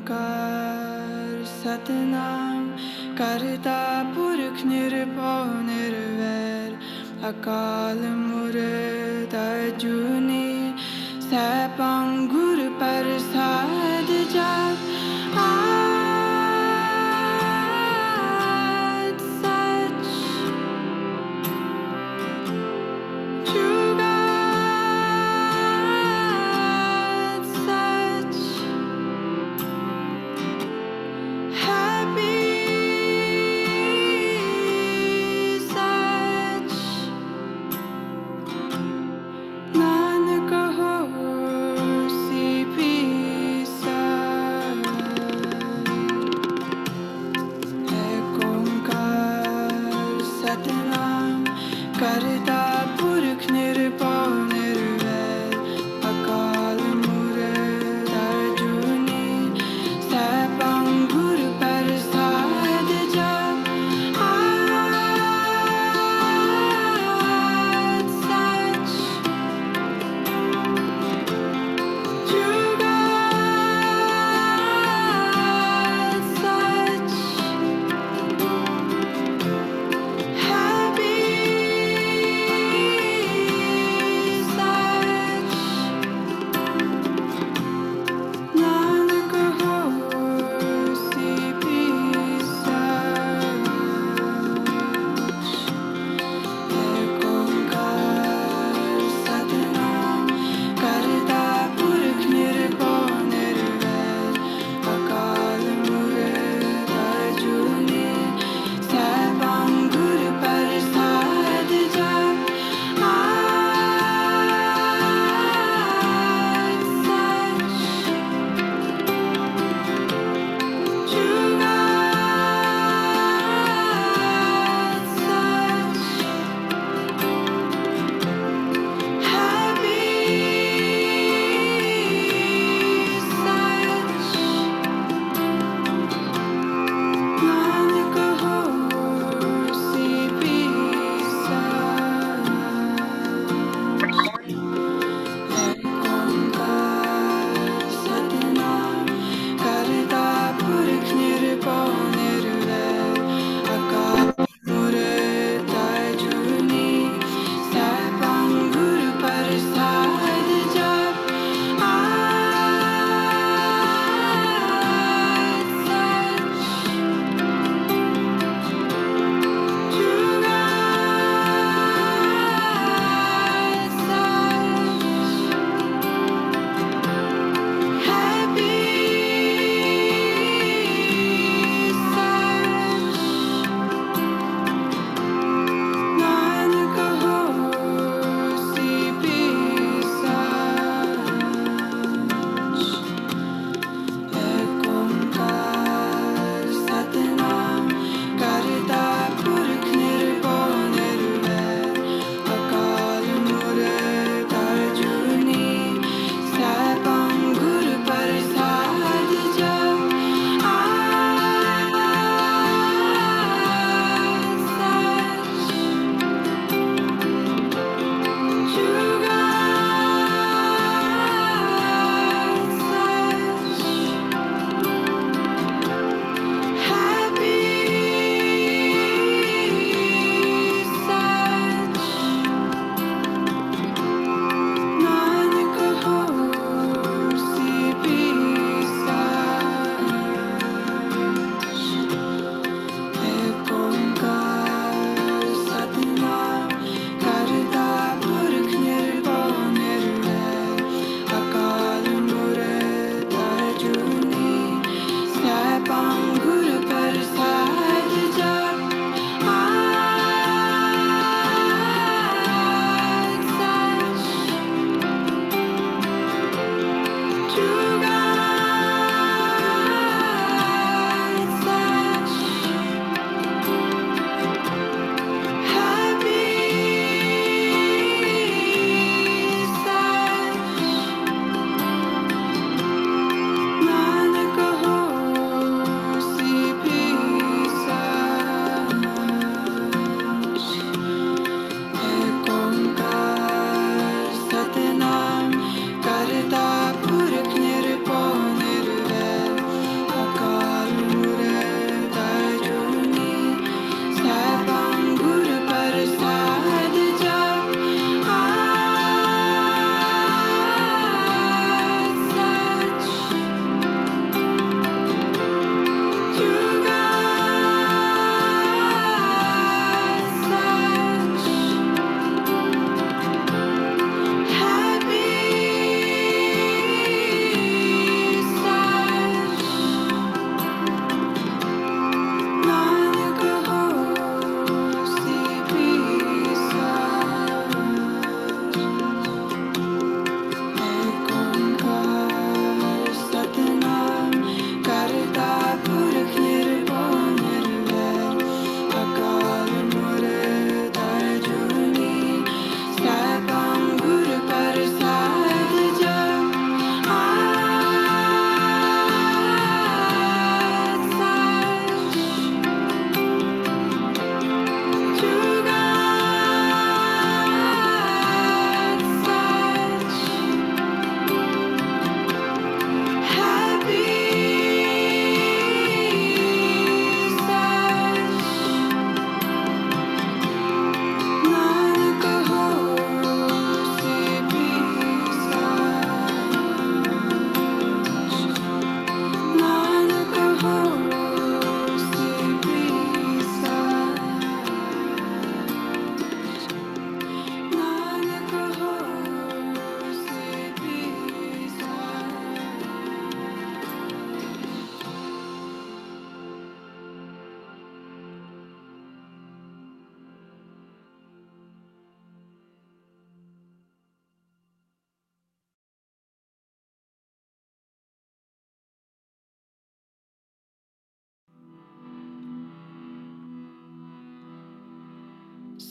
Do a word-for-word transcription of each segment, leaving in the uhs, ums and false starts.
ओंकार सतनाम करता पुरख निरभव निर्वैर अकाल मूरत अजूनी सैभं गुर प्रसाद जप आद सच जुगाद सच happy सच नानक होसी भी सच एक ओंकार सतनाम करता पुरख निरभव निर्वैर अकाल मूरत अजूनी सैभं गुर प्रसाद जप आद सच जुगाद सच happy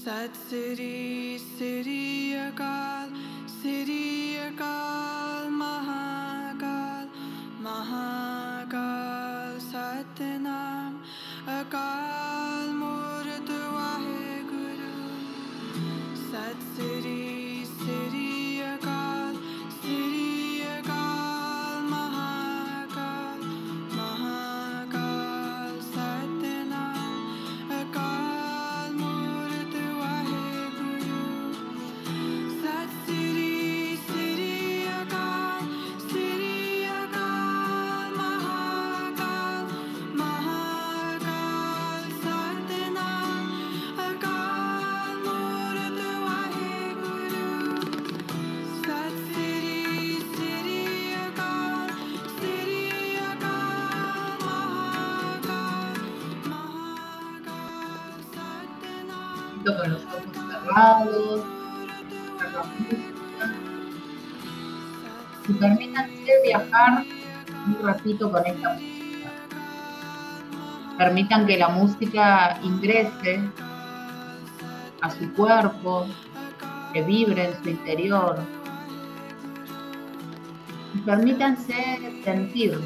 Sat Sri Sri Akal, Sri Akal, Mahakal, Mahakal, Satnam, Akal Murth Waheguru. Sat Sri Sri Akal, Sri Akal, Mahakal, Mahakal, Satnam, Akal Murth Waheguru. Sat Sri Sri Akal, Sri Akal, Mahakal, Mahakal, Satnam, Akal Murth Waheguru. Sat Sri Sri Akal, Sri Akal, Mahakal, Mahakal, Satnam, Con los ojos cerrados, escuchar la música y permítanse viajar un ratito con esta música. Permitan que la música ingrese a su cuerpo, que vibre en su interior. Y permítanse sentir,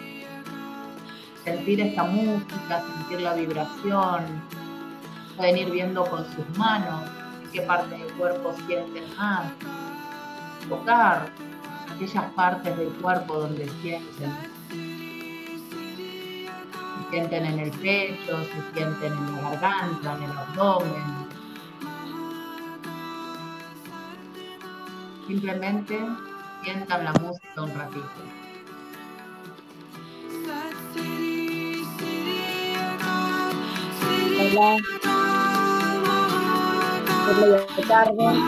sentir esta música, sentir la vibración. Pueden ir viendo con sus manos qué parte del cuerpo sienten más. Tocar aquellas partes del cuerpo donde sienten. Se sienten en el pecho, se sienten en la garganta, en el abdomen. Simplemente sientan la música un ratito. Hola, es medio tarde.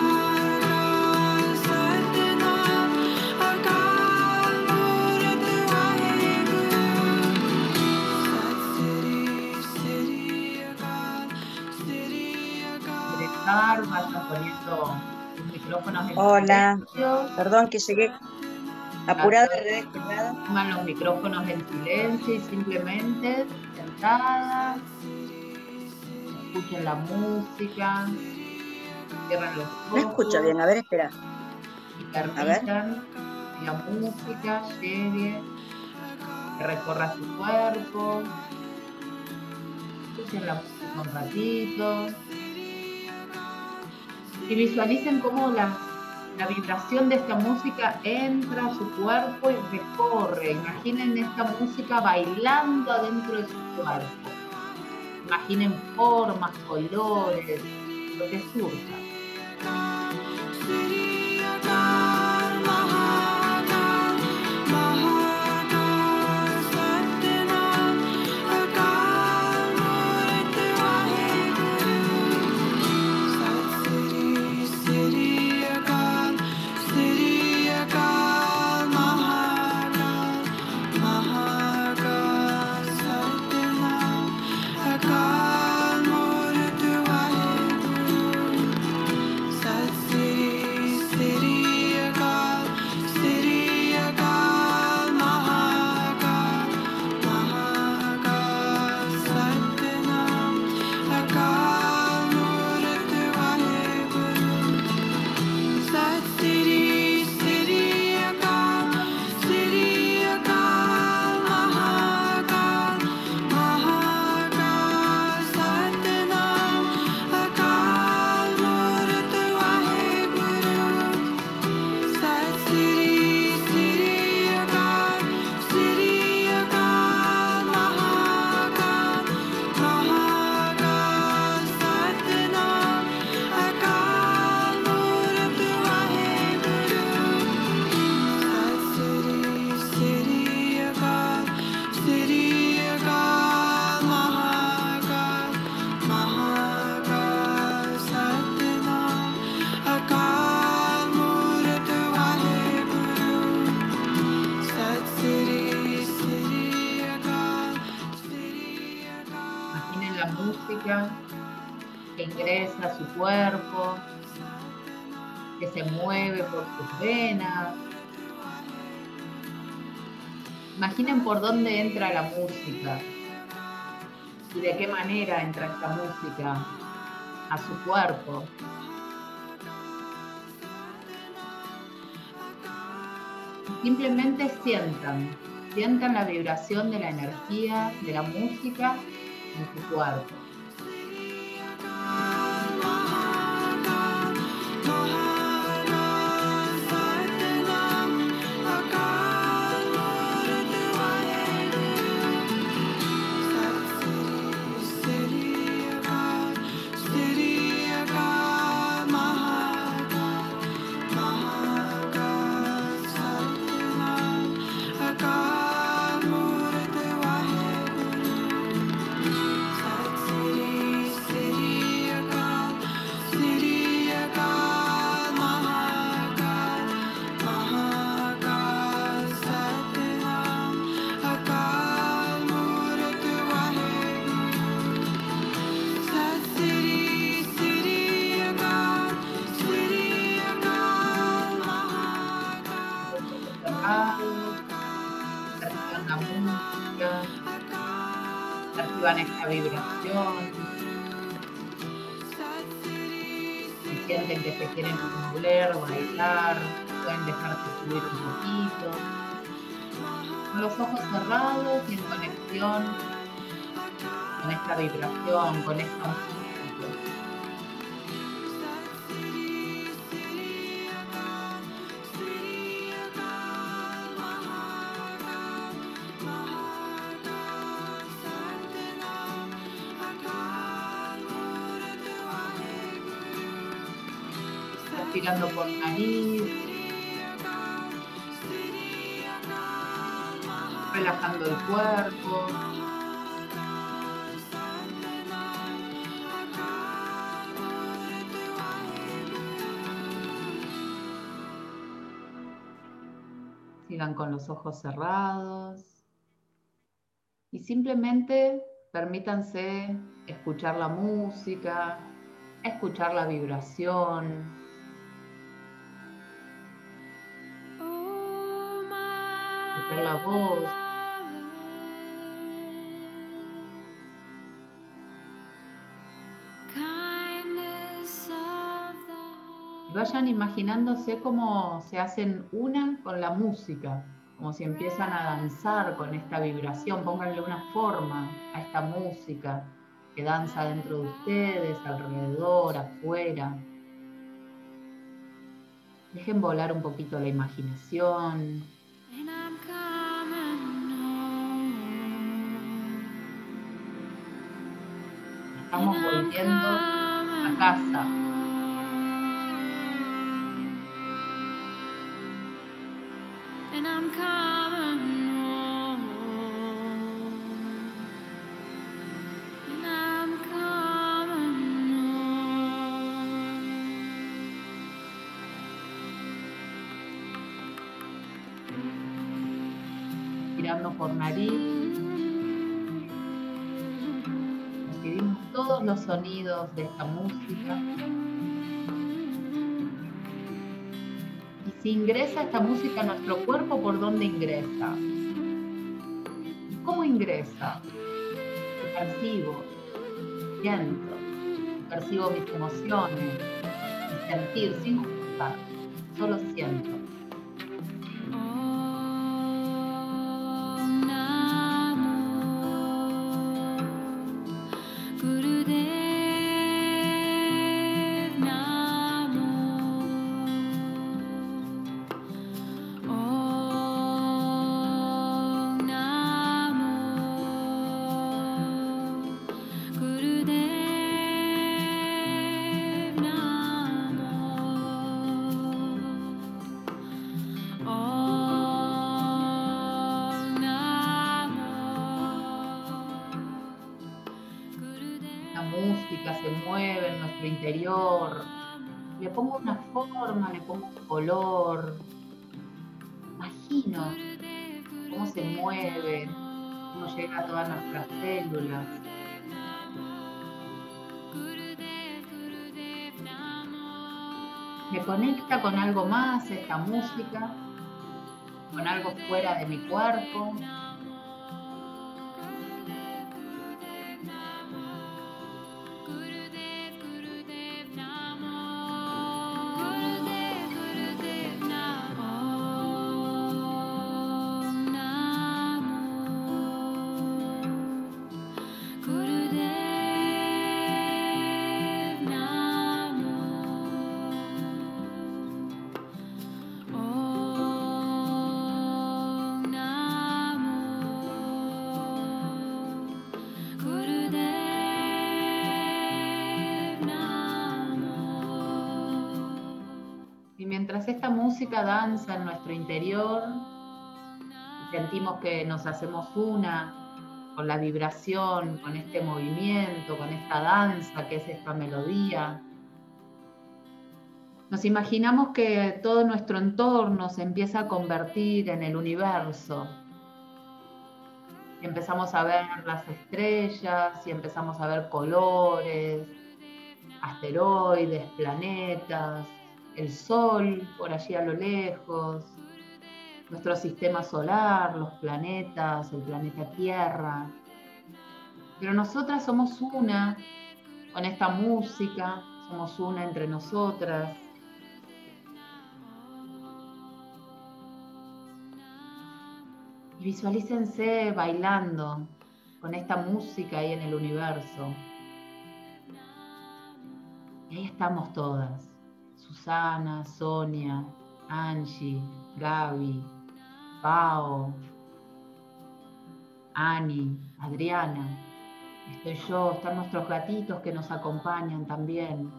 Ingresar, vayan poniendo sus micrófonos en Hola, silencio. perdón que llegué apurada y redescargada. Pongan los micrófonos en silencio y simplemente sentadas. Escuchen la música. Cierren los ojos. No escucho bien, a ver, espera. Y permitan que la música llegue, que recorra su cuerpo. Escuchen la música un ratito. Y visualicen cómo la, la vibración de esta música entra a su cuerpo y recorre. Imaginen esta música bailando adentro de su cuerpo. Imaginen formas, colores, lo que surja. Que ingresa a su cuerpo, que se mueve por sus venas. Imaginen por dónde entra la música y de qué manera entra esta música a su cuerpo. Simplemente sientan, sientan la vibración de la energía, de la música en su cuerpo. Perciban la música, perciban esta vibración, si sienten que se quieren mover, bailar, pueden dejarse subir un poquito, con los ojos cerrados y en conexión con esta vibración, con esta música. Respirando por nariz, relajando el cuerpo, sigan con los ojos cerrados y simplemente permítanse escuchar la música, escuchar la vibración. Escuchar la voz. Y vayan imaginándose cómo se hacen una con la música, como si empiezan a danzar con esta vibración. Pónganle una forma a esta música que danza dentro de ustedes, alrededor, afuera. Dejen volar un poquito la imaginación. Estamos volviendo a casa. Respirando por nariz. Recibimos todos los sonidos de esta música. Y si ingresa esta música a nuestro cuerpo, ¿por dónde ingresa? ¿Cómo ingresa? Percibo, siento, percibo mis emociones, mi sentir sin juzgar, solo siento. Se mueve en nuestro interior, le pongo una forma, le pongo un color, imagino cómo se mueve, cómo llega a todas nuestras células. Me conecta con algo más esta música, con algo fuera de mi cuerpo. mientras esta música danza en nuestro interior, sentimos que nos hacemos una con la vibración, con este movimiento, con esta danza que es esta melodía. Nos imaginamos que todo nuestro entorno se empieza a convertir en el universo. Y empezamos a ver las estrellas y empezamos a ver colores, asteroides, planetas, el sol por allí a lo lejos, nuestro sistema solar, los planetas, el planeta Tierra. Pero nosotras somos una con esta música, somos una entre nosotras. Y visualícense bailando con esta música ahí en el universo. Y ahí estamos todas. Susana, Sonia, Angie, Gaby, Pao, Ani, Adriana. Estoy yo, están nuestros gatitos que nos acompañan también.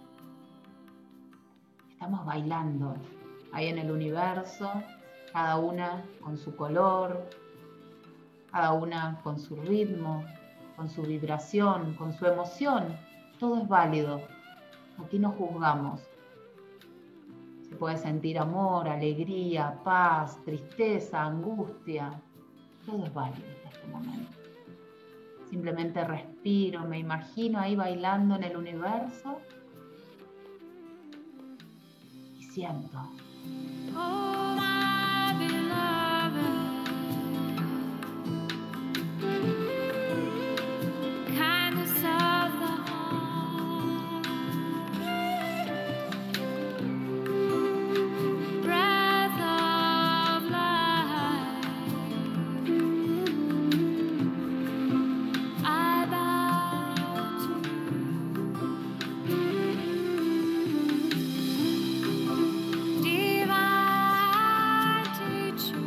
Estamos bailando ahí en el universo, cada una con su color, cada una con su ritmo, con su vibración, con su emoción. Todo es válido. Aquí no juzgamos. Se puede sentir amor, alegría, paz, tristeza, angustia. Todo es válido en este momento. Simplemente respiro, me imagino ahí bailando en el universo y siento. Oh, my beloved, kindness of the heart, breath of life, I bow to divine teacher,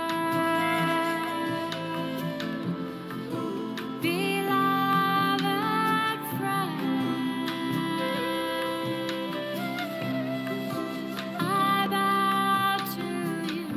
beloved friend, I bow to you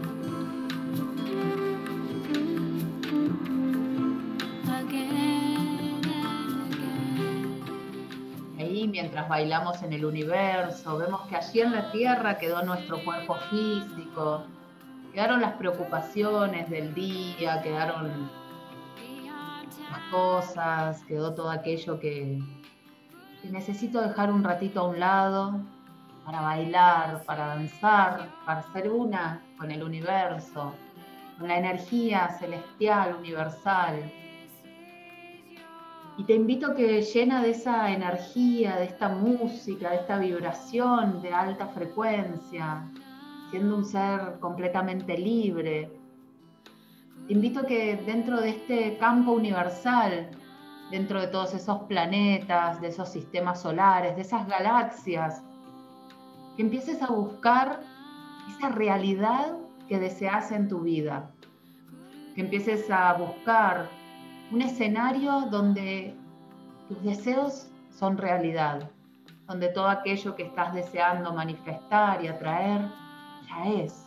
again and again. Ahí mientras bailamos en el universo, vemos que allí en la Tierra quedó nuestro cuerpo físico, quedaron las preocupaciones del día, quedaron las cosas, quedó todo aquello que, que necesito dejar un ratito a un lado para bailar, para danzar, para ser una con el universo, con la energía celestial, universal. Y te invito a que llena de esa energía, de esta música, de esta vibración de alta frecuencia, siendo un ser completamente libre, te invito a que dentro de este campo universal, dentro de todos esos planetas, de esos sistemas solares, de esas galaxias, que empieces a buscar esa realidad que deseas en tu vida, que empieces a buscar un escenario donde tus deseos son realidad, donde todo aquello que estás deseando manifestar y atraer ya es.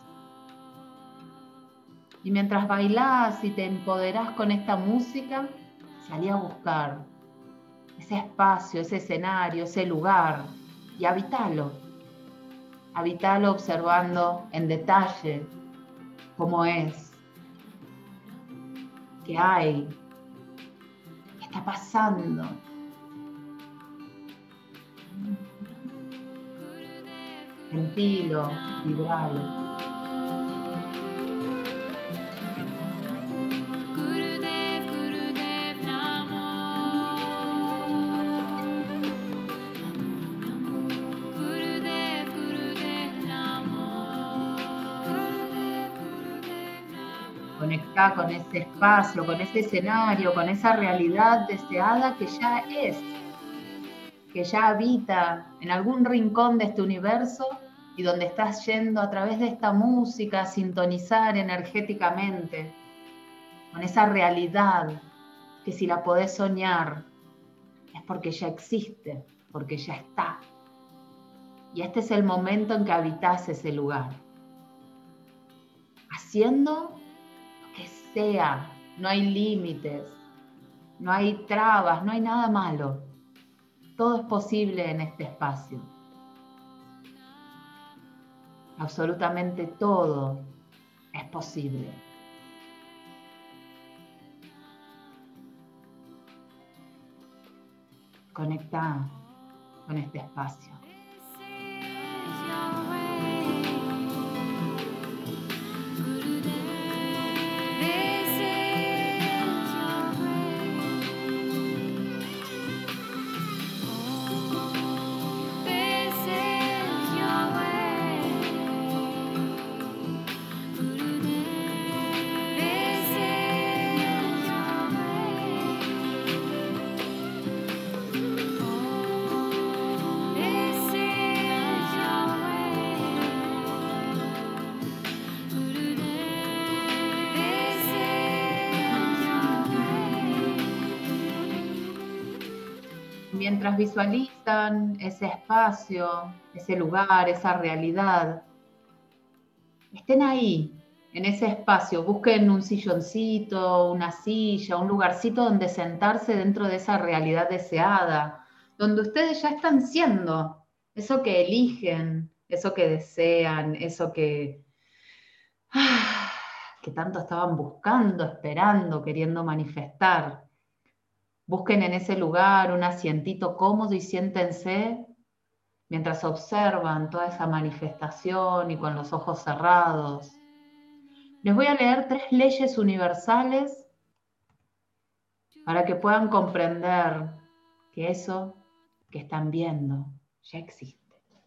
Y mientras bailás y te empoderás con esta música, salí a buscar ese espacio, ese escenario, ese lugar y habitalo. Habitalo observando en detalle cómo es, qué hay, qué está pasando. Sentilo, vibralo. Gurudev, Gurudev Namo. Gurudev, Gurudev Namo. Gurudev, Gurudev Namo. Conectá con ese espacio, con ese escenario, con esa realidad deseada que ya es, que ya habita en algún rincón de este universo y donde estás yendo a través de esta música a sintonizar energéticamente con esa realidad que si la podés soñar es porque ya existe, porque ya está. Y este es el momento en que habitas ese lugar, haciendo lo que sea. No hay límites, no hay trabas, no hay nada malo. Todo es posible en este espacio. Absolutamente todo es posible. Conecta con este espacio. Mientras visualizan ese espacio, ese lugar, esa realidad, estén ahí, en ese espacio, busquen un silloncito, una silla, un lugarcito donde sentarse dentro de esa realidad deseada, donde ustedes ya están siendo eso que eligen, eso que desean, eso que, ah, que tanto estaban buscando, esperando, queriendo manifestar. Busquen en ese lugar un asientito cómodo y siéntense mientras observan toda esa manifestación y con los ojos cerrados. Les voy a leer tres leyes universales para que puedan comprender que eso que están viendo ya existe.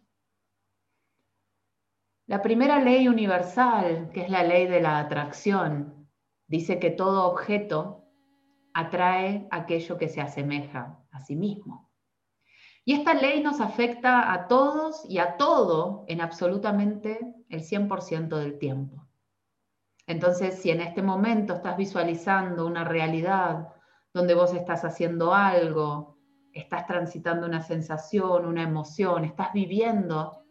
La primera ley universal, que es la ley de la atracción, dice que todo objeto atrae aquello que se asemeja a sí mismo. Y esta ley nos afecta a todos y a todo en absolutamente el cien por ciento del tiempo. Entonces, si en este momento estás visualizando una realidad donde vos estás haciendo algo, estás transitando una sensación, una emoción, estás viviendo,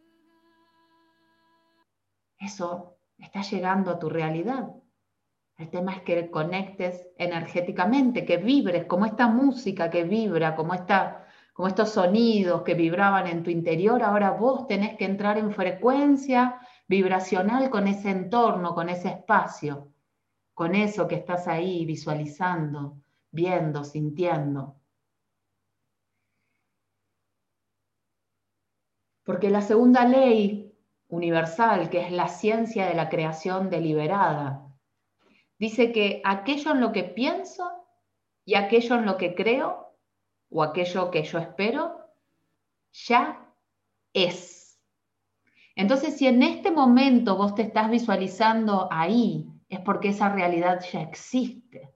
eso está llegando a tu realidad. El tema es que conectes energéticamente, que vibres, como esta música que vibra, como, esta, como estos sonidos que vibraban en tu interior. Ahora vos tenés que entrar en frecuencia vibracional con ese entorno, con ese espacio, con eso que estás ahí visualizando, viendo, sintiendo. Porque la segunda ley universal, que es la ciencia de la creación deliberada, dice que aquello en lo que pienso y aquello en lo que creo o aquello que yo espero ya es. Entonces, si en este momento vos te estás visualizando ahí, es porque esa realidad ya existe.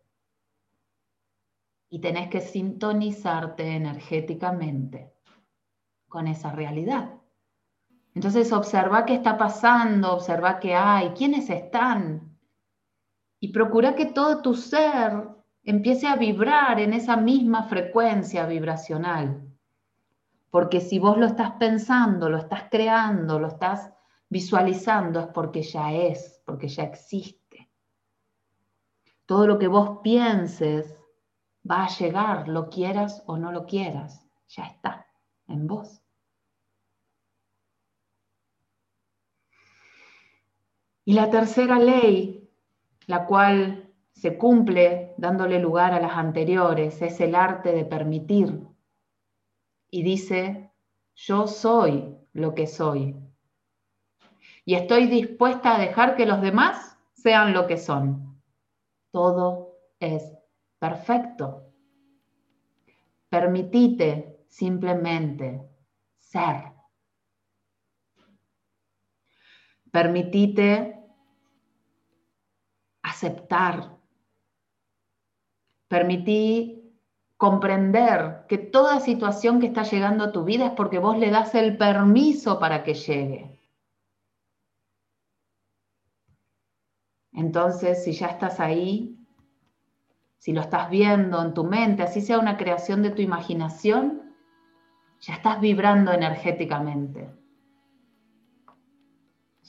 Y tenés que sintonizarte energéticamente con esa realidad. Entonces, observa qué está pasando, observa qué hay, quiénes están. Y procura que todo tu ser empiece a vibrar en esa misma frecuencia vibracional. Porque si vos lo estás pensando, lo estás creando, lo estás visualizando, es porque ya es, porque ya existe. Todo lo que vos pienses va a llegar, lo quieras o no lo quieras, ya está en vos. Y la tercera ley, la cual se cumple dándole lugar a las anteriores, es el arte de permitir. Y dice, yo soy lo que soy. Y estoy dispuesta a dejar que los demás sean lo que son. Todo es perfecto. Permitite simplemente ser. Permitite aceptar. Permití comprender que toda situación que está llegando a tu vida es porque vos le das el permiso para que llegue. Entonces, si ya estás ahí, si lo estás viendo en tu mente, así sea una creación de tu imaginación, ya estás vibrando energéticamente.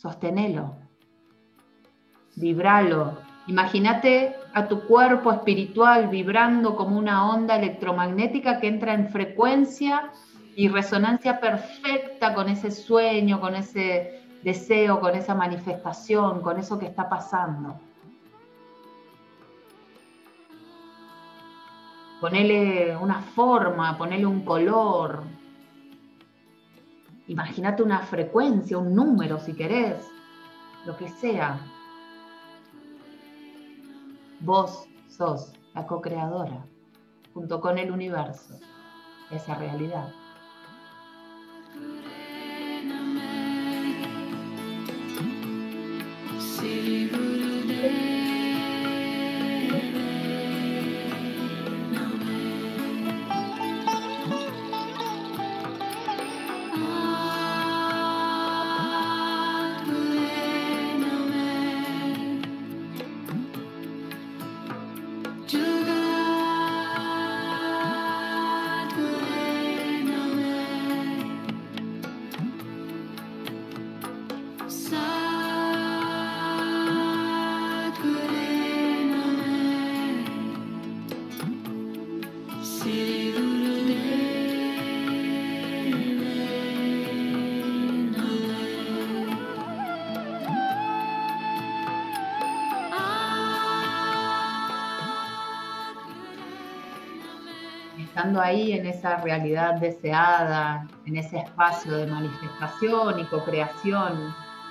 sostenelo, vibralo. Imagínate a tu cuerpo espiritual vibrando como una onda electromagnética que entra en frecuencia y resonancia perfecta con ese sueño, con ese deseo, con esa manifestación, con eso que está pasando. Ponele una forma, ponele un color. Imagínate una frecuencia, un número si querés, lo que sea. Vos sos la co-creadora, junto con el universo, de esa realidad. Shri Gurudev Estando ahí en esa realidad deseada, en ese espacio de manifestación y co-creación,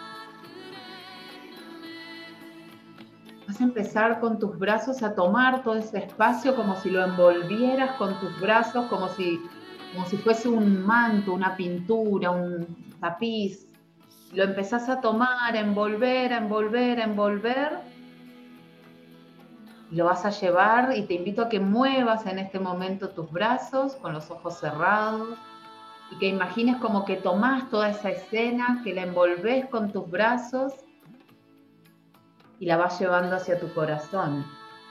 vas a empezar con tus brazos a tomar todo ese espacio como si lo envolvieras con tus brazos, como si, como si fuese un manto, una pintura, un tapiz. Lo empezás a tomar, a envolver, a envolver, a envolver. Lo vas a llevar y te invito a que muevas en este momento tus brazos con los ojos cerrados y que imagines como que tomás toda esa escena, que la envolves con tus brazos y la vas llevando hacia tu corazón,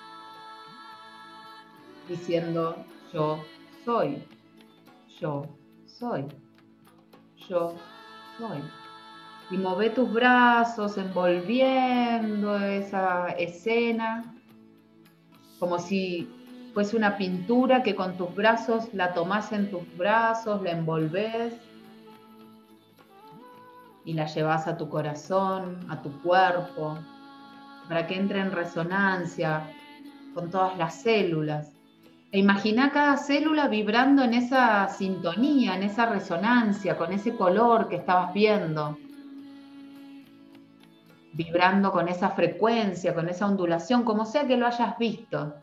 diciendo yo soy, yo soy, yo soy. Y move tus brazos envolviendo esa escena como si fuese una pintura que con tus brazos la tomás en tus brazos, la envolvés y la llevas a tu corazón, a tu cuerpo, para que entre en resonancia con todas las células. E imagina cada célula vibrando en esa sintonía, en esa resonancia, con ese color que estabas viendo, vibrando con esa frecuencia, con esa ondulación, como sea que lo hayas visto.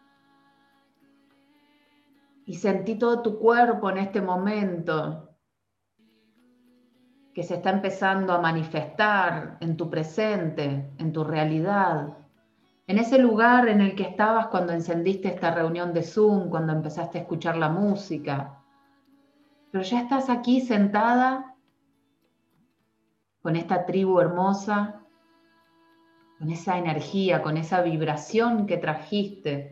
Y sentí todo tu cuerpo en este momento que se está empezando a manifestar en tu presente, en tu realidad, en ese lugar en el que estabas cuando encendiste esta reunión de Zoom, cuando empezaste a escuchar la música. Pero ya estás aquí sentada con esta tribu hermosa, con esa energía, con esa vibración que trajiste.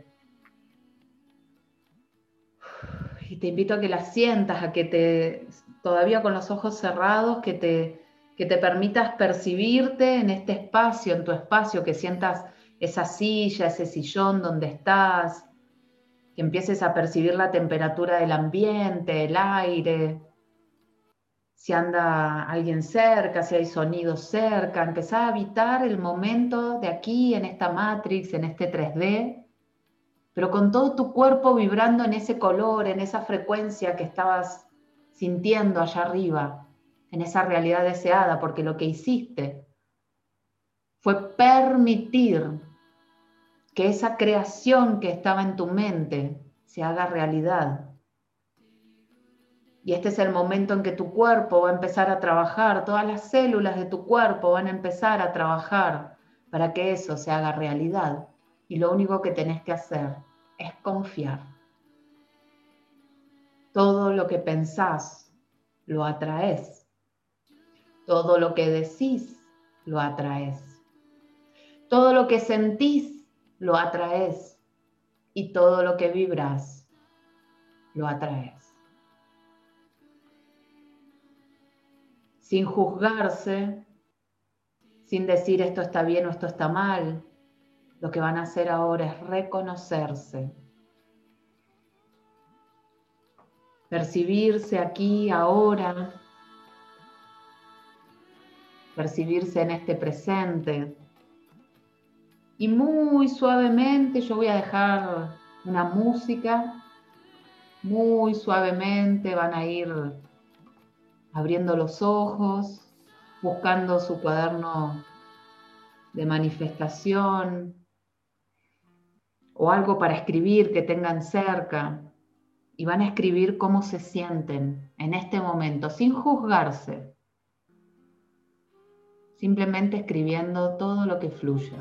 Y te invito a que la sientas, a que te, todavía con los ojos cerrados, que te, que te permitas percibirte en este espacio, en tu espacio, que sientas esa silla, ese sillón donde estás, que empieces a percibir la temperatura del ambiente, el aire, si anda alguien cerca, si hay sonidos cerca, empezá a habitar el momento de aquí, en esta Matrix, en este tres D, pero con todo tu cuerpo vibrando en ese color, en esa frecuencia que estabas sintiendo allá arriba, en esa realidad deseada, porque lo que hiciste fue permitir que esa creación que estaba en tu mente se haga realidad. Y este es el momento en que tu cuerpo va a empezar a trabajar, todas las células de tu cuerpo van a empezar a trabajar para que eso se haga realidad. Y lo único que tenés que hacer es confiar. Todo lo que pensás, lo atraes. Todo lo que decís, lo atraes. Todo lo que sentís, lo atraes. Y todo lo que vibras, lo atraes. Sin juzgarse, sin decir esto está bien o esto está mal. Lo que van a hacer ahora es reconocerse, percibirse aquí, ahora, percibirse en este presente. Y muy suavemente yo voy a dejar una música, muy suavemente van a ir abriendo los ojos, buscando su cuaderno de manifestación o algo para escribir que tengan cerca. Y van a escribir cómo se sienten en este momento, sin juzgarse. Simplemente escribiendo todo lo que fluya.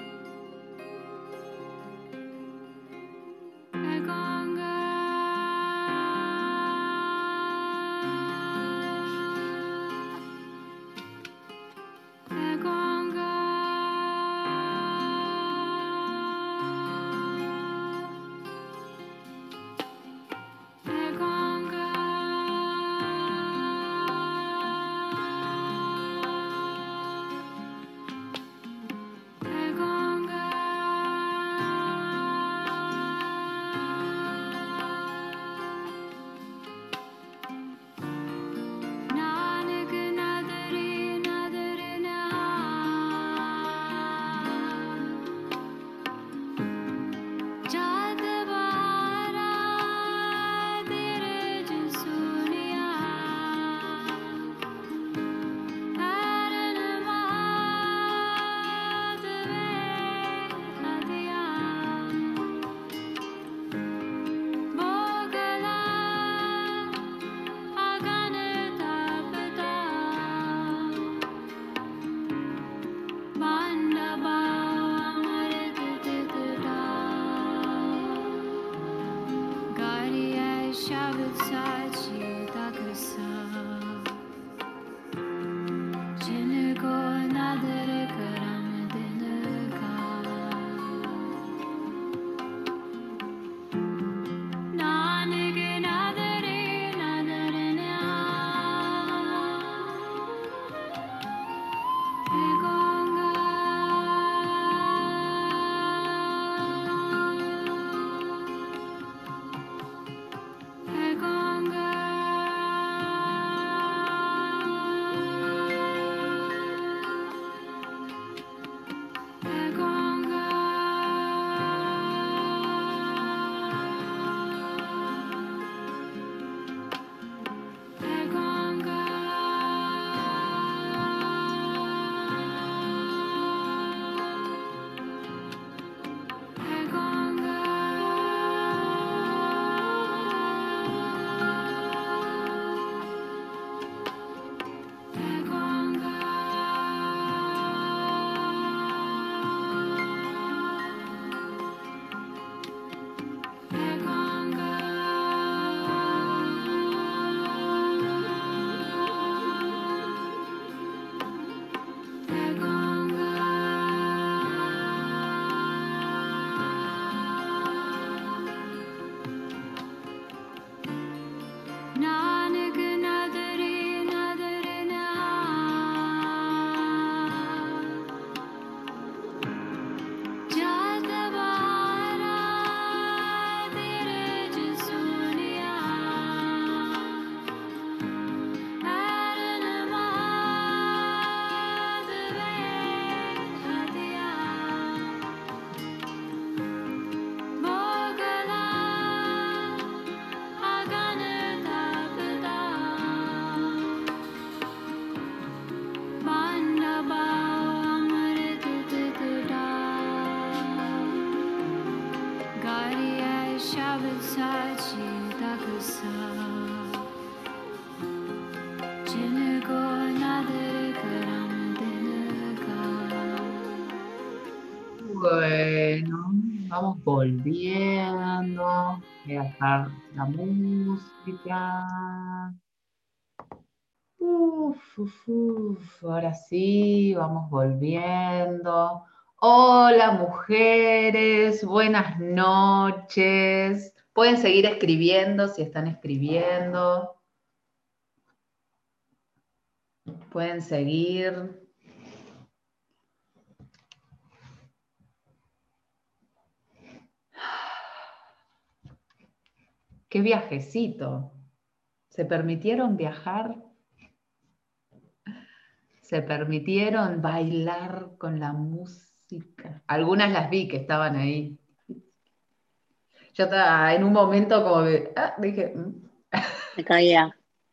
Bueno, vamos volviendo. Voy a dejar la música. Uf, uf, uf. Ahora sí, vamos volviendo. Hola, mujeres. Buenas noches. Pueden seguir escribiendo si están escribiendo. Pueden seguir. qué viajecito. ¿Se permitieron viajar? ¿Se permitieron bailar con la música? Algunas las vi que estaban ahí. Yo estaba en un momento como que, ah, dije... mm. Me caía.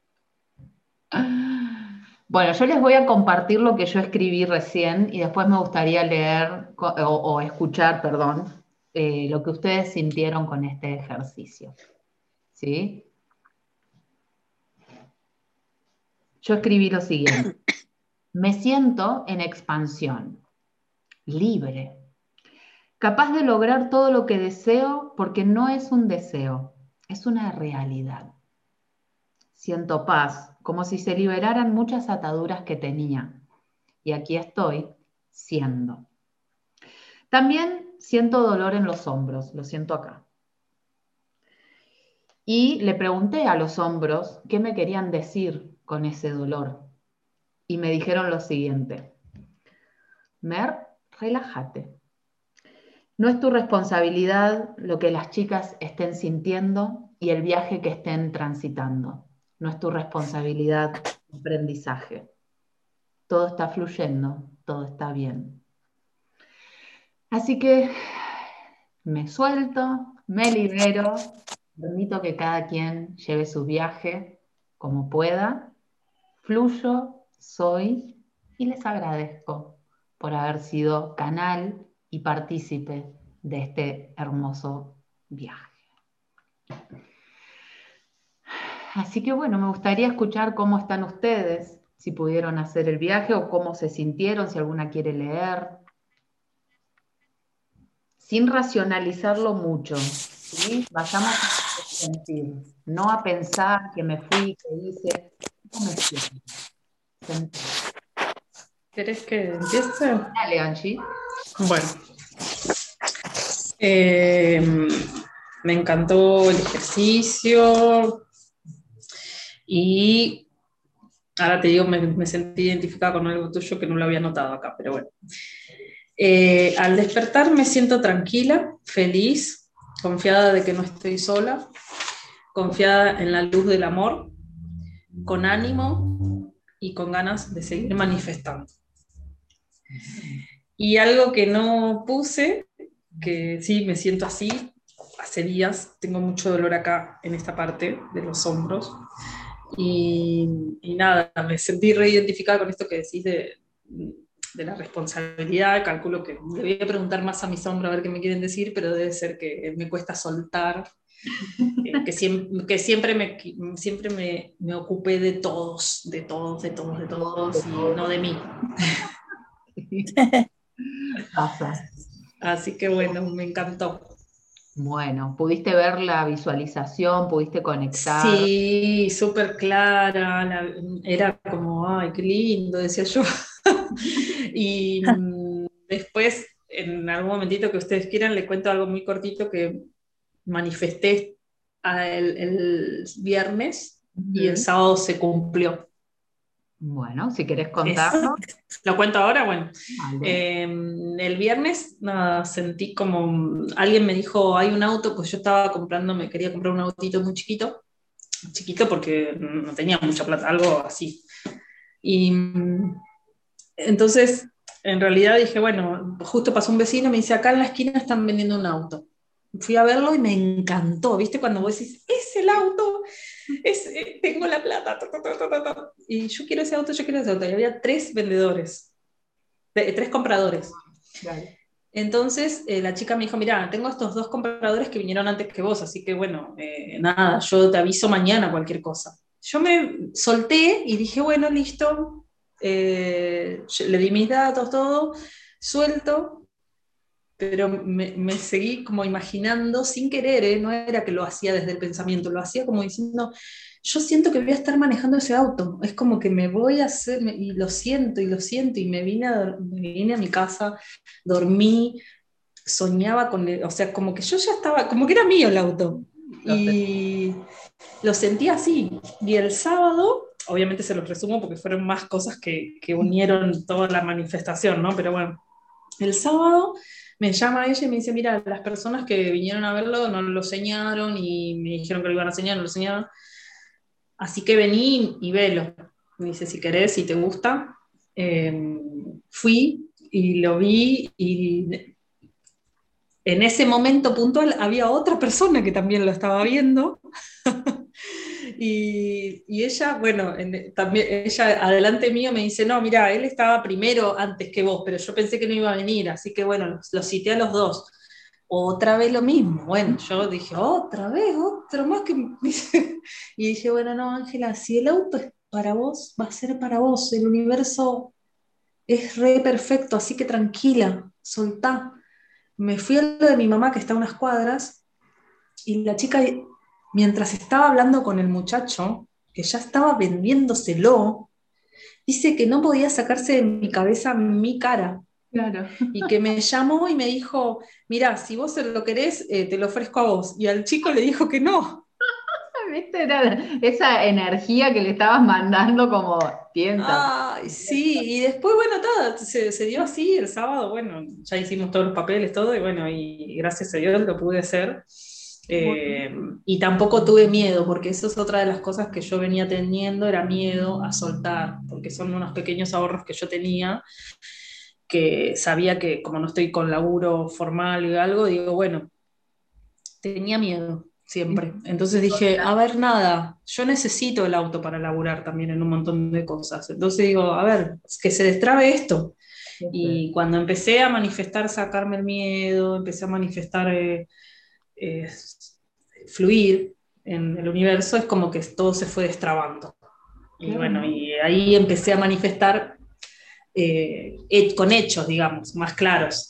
Bueno, yo les voy a compartir lo que yo escribí recién y después me gustaría leer o, o escuchar, perdón, eh, lo que ustedes sintieron con este ejercicio. ¿Sí? Yo escribí lo siguiente. Me siento en expansión, libre, capaz de lograr todo lo que deseo porque no es un deseo, es una realidad. Siento paz, como si se liberaran muchas ataduras que tenía. Y aquí estoy, siendo. También siento dolor en los hombros, lo siento acá. Y le pregunté a los hombros qué me querían decir con ese dolor. Y me dijeron lo siguiente. Mer, relájate. No es tu responsabilidad lo que las chicas estén sintiendo y el viaje que estén transitando. No es tu responsabilidad el aprendizaje. Todo está fluyendo, todo está bien. Así que me suelto, me libero, permito que cada quien lleve su viaje como pueda, fluyo, soy y les agradezco por haber sido canal y partícipe de este hermoso viaje. Así que bueno, me gustaría escuchar cómo están ustedes, si pudieron hacer el viaje o cómo se sintieron, si alguna quiere leer. Sin racionalizarlo mucho, ¿sí? Vayamos a sentir, no a pensar que me fui, que hice, ¿cómo me siento? Sentir. ¿Querés que empiece? Dale, Angie. Bueno, eh, me encantó el ejercicio y ahora te digo, me, me sentí identificada con algo tuyo que no lo había notado acá, pero bueno. Eh, al despertar me siento tranquila, feliz, confiada de que no estoy sola, confiada en la luz del amor, con ánimo y con ganas de seguir manifestando. Y algo que no puse, que sí me siento así, hace días, tengo mucho dolor acá en esta parte de los hombros, y, y nada, me sentí reidentificada con esto que decís de, de la responsabilidad. Calculo que le voy a preguntar más a mis hombros a ver qué me quieren decir, pero debe ser que me cuesta soltar, eh, que, siempre, que siempre, me, siempre me, me ocupé de todos, de todos, de todos, de todos, y no de mí. Pasa. Así que bueno, me encantó. Bueno, ¿pudiste ver la visualización? ¿Pudiste conectar? Sí, súper clara, la- era como, ay, qué lindo, decía yo. Y mm, después, en algún momentito que ustedes quieran, le cuento algo muy cortito que manifesté a el, el viernes y el Ujú. sábado se cumplió. Bueno, si querés Es, contarnos. ¿lo cuento ahora? Bueno, Vale. eh, el viernes nada, sentí como, alguien me dijo, hay un auto, pues yo estaba comprando, me quería comprar un autito muy chiquito, chiquito porque no tenía mucha plata, algo así. Y mm, entonces, en realidad dije, bueno, justo pasó un vecino y me dice, acá en la esquina están vendiendo un auto. Fui a verlo y me encantó, ¿viste? Cuando vos decís, es el auto, es, eh, tengo la plata, ta, ta, ta, ta, ta, ta. Y yo quiero ese auto, yo quiero ese auto. Y había tres vendedores, de- tres compradores. Dale. Entonces eh, la chica me dijo, mira, tengo estos dos compradores que vinieron antes que vos, así que bueno, eh, nada, yo te aviso mañana cualquier cosa. Yo me solté y dije, bueno, listo, eh, le di mis datos, todo, suelto, pero me, me seguí como imaginando sin querer, ¿eh? No era que lo hacía desde el pensamiento, lo hacía como diciendo, yo siento que voy a estar manejando ese auto, es como que me voy a hacer, me- y lo siento, y lo siento, y me vine a, dor- me vine a mi casa, dormí, soñaba con él, o sea, como que yo ya estaba, como que era mío el auto, Lo sé. y lo sentí así, y el sábado, obviamente se los resumo porque fueron más cosas que, que unieron toda la manifestación, ¿no? Pero bueno, el sábado me llama ella y me dice, mira, las personas que vinieron a verlo no lo señaron y me dijeron que lo iban a señalar, no lo señaron. Así que vení y velo. Me dice, si querés, si te gusta. Eh, fui y lo vi y en ese momento puntual había otra persona que también lo estaba viendo. y, y ella, bueno, en, también, ella adelante mío me dice, no, mira, él estaba primero antes que vos, pero yo pensé que no iba a venir, así que bueno, los, los cité a los dos. Otra vez lo mismo. Bueno, yo dije, otra vez, otro más que... Y dije, bueno, no, Ángela, si el auto es para vos, va a ser para vos. El universo es re perfecto, así que tranquila, soltá. Me fui a lo de mi mamá, que está a unas cuadras, y la chica, mientras estaba hablando con el muchacho, que ya estaba vendiéndoselo, dice que no podía sacarse de mi cabeza mi cara. Claro. Y que me llamó y me dijo, mira, si vos lo querés, eh, te lo ofrezco a vos. Y al chico le dijo que no. ¿Viste? Era esa energía que le estabas mandando como tienta. Ay, sí, y después, bueno, todo, se, se dio así el sábado, bueno, ya hicimos todos los papeles, todo, y bueno, y gracias a Dios lo pude hacer. Eh, y tampoco tuve miedo, porque eso es otra de las cosas que yo venía teniendo, era miedo a soltar, porque son unos pequeños ahorros que yo tenía, que sabía que como no estoy con laburo formal y algo, digo, bueno, tenía miedo siempre. Entonces dije, a ver, nada, yo necesito el auto para laburar también en un montón de cosas. Entonces digo, a ver, que se destrabe esto. Y cuando empecé a manifestar, sacarme el miedo, empecé a manifestar eh, eh, fluir en el universo, es como que todo se fue destrabando. Y Claro. bueno, y ahí empecé a manifestar eh, con hechos, digamos, más claros.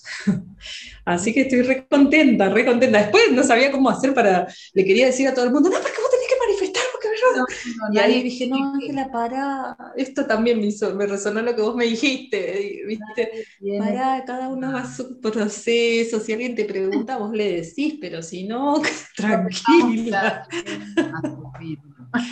Así que estoy re contenta, re contenta. Después no sabía cómo hacer para, le quería decir a todo el mundo, no, porque vos tenés que manifestar, porque yo... No, no, Y ahí nadie- dije, no, Ángela, pará. Esto también me hizo, me resonó lo que vos me dijiste, ¿viste? tiene- Pará, cada uno va a su proceso. Si alguien te pregunta, vos le decís, pero si no, tranquila. a su ritmo.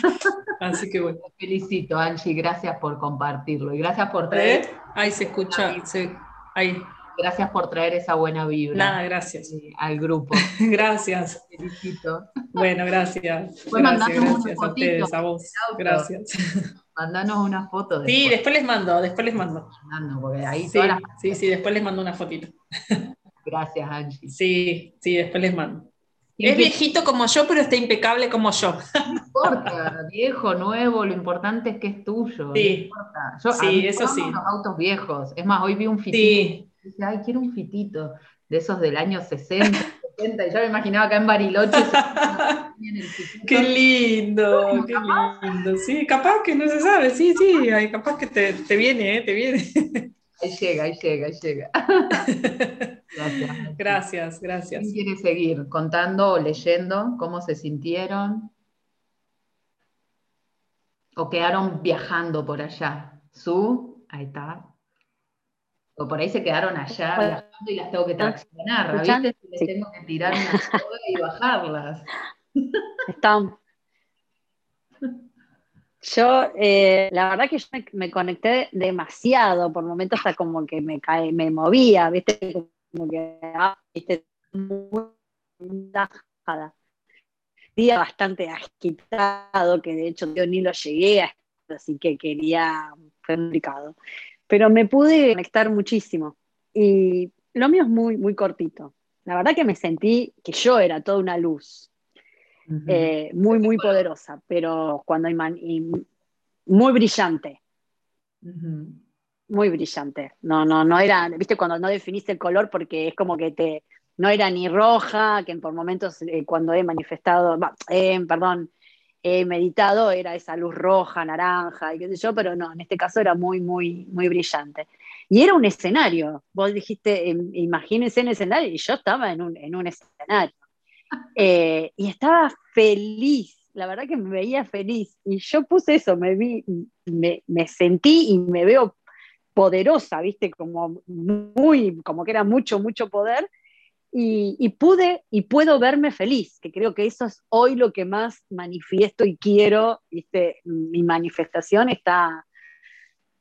Así que bueno. Te felicito, Angie, gracias por compartirlo y gracias por traer, ¿Eh? Ahí se escucha, se, ahí. gracias por traer esa buena vibra Nada, gracias. eh, al grupo. Gracias. Te felicito. Bueno, gracias. Después Gracias, mandanos una gracias a fotito ustedes, a vos. del auto. Gracias. Mandanos una foto Sí, después. después les mando, después les mando. Mandando, porque ahí todas las... Sí, sí, sí, después les mando una fotito. Gracias, Angie. Sí, sí, después les mando. ¿Quién Es quiere? viejito como yo, pero está impecable como yo. No importa, viejo, nuevo, lo importante es que es tuyo, no Sí, importa. Yo, a mí sí, eso me sí. los autos viejos. Es más, hoy vi un fitito. Sí. Y dije, ay, quiero un fitito de esos del año sesenta, setenta. Y yo me imaginaba acá en Bariloche. En el fitito. Qué lindo, Bueno, qué capaz. lindo. Sí, capaz que no se sabe. Sí, sí, ay, capaz que te, te viene, ¿eh? Te viene. Ahí llega, ahí llega, ahí llega. Gracias, Angie. Gracias, ¿Quién gracias. quiere seguir contando o leyendo cómo se sintieron o quedaron viajando por allá? Su, ahí está. O por ahí se quedaron allá Hola, viajando y las tengo que traccionar, ¿escuchan? ¿viste? Les Sí, tengo que tirar una soga y bajarlas. está. Yo, eh, la verdad que yo me, me conecté demasiado, por momentos hasta como que me cae, me movía, ¿viste? Como que, ah, ¿viste? Muy relajada. Día bastante agitado, que de hecho yo ni lo llegué a estar, así que quería, fue complicado. Pero me pude conectar muchísimo. Y lo mío es muy, muy cortito. La verdad que me sentí que yo era toda una luz. Ujú. Eh, muy, muy poderosa, pero cuando iman- y muy brillante, Ujú. muy brillante. No, no, no era, viste, cuando no definiste el color porque es como que te, no era ni roja, que por momentos eh, cuando he manifestado, bah, eh, perdón, he meditado era esa luz roja, naranja y qué sé yo, pero no, en este caso era muy, muy, muy brillante. Y era un escenario, vos dijiste, eh, imagínense en escenario, y yo estaba en un, en un escenario. Eh, y estaba feliz, la verdad que me veía feliz. Y yo puse eso, me vi, me, me sentí y me veo poderosa, ¿viste? Como muy, como que era mucho, mucho poder. Y, y pude y puedo verme feliz, que creo que eso es hoy lo que más manifiesto y quiero, ¿viste? Mi manifestación está,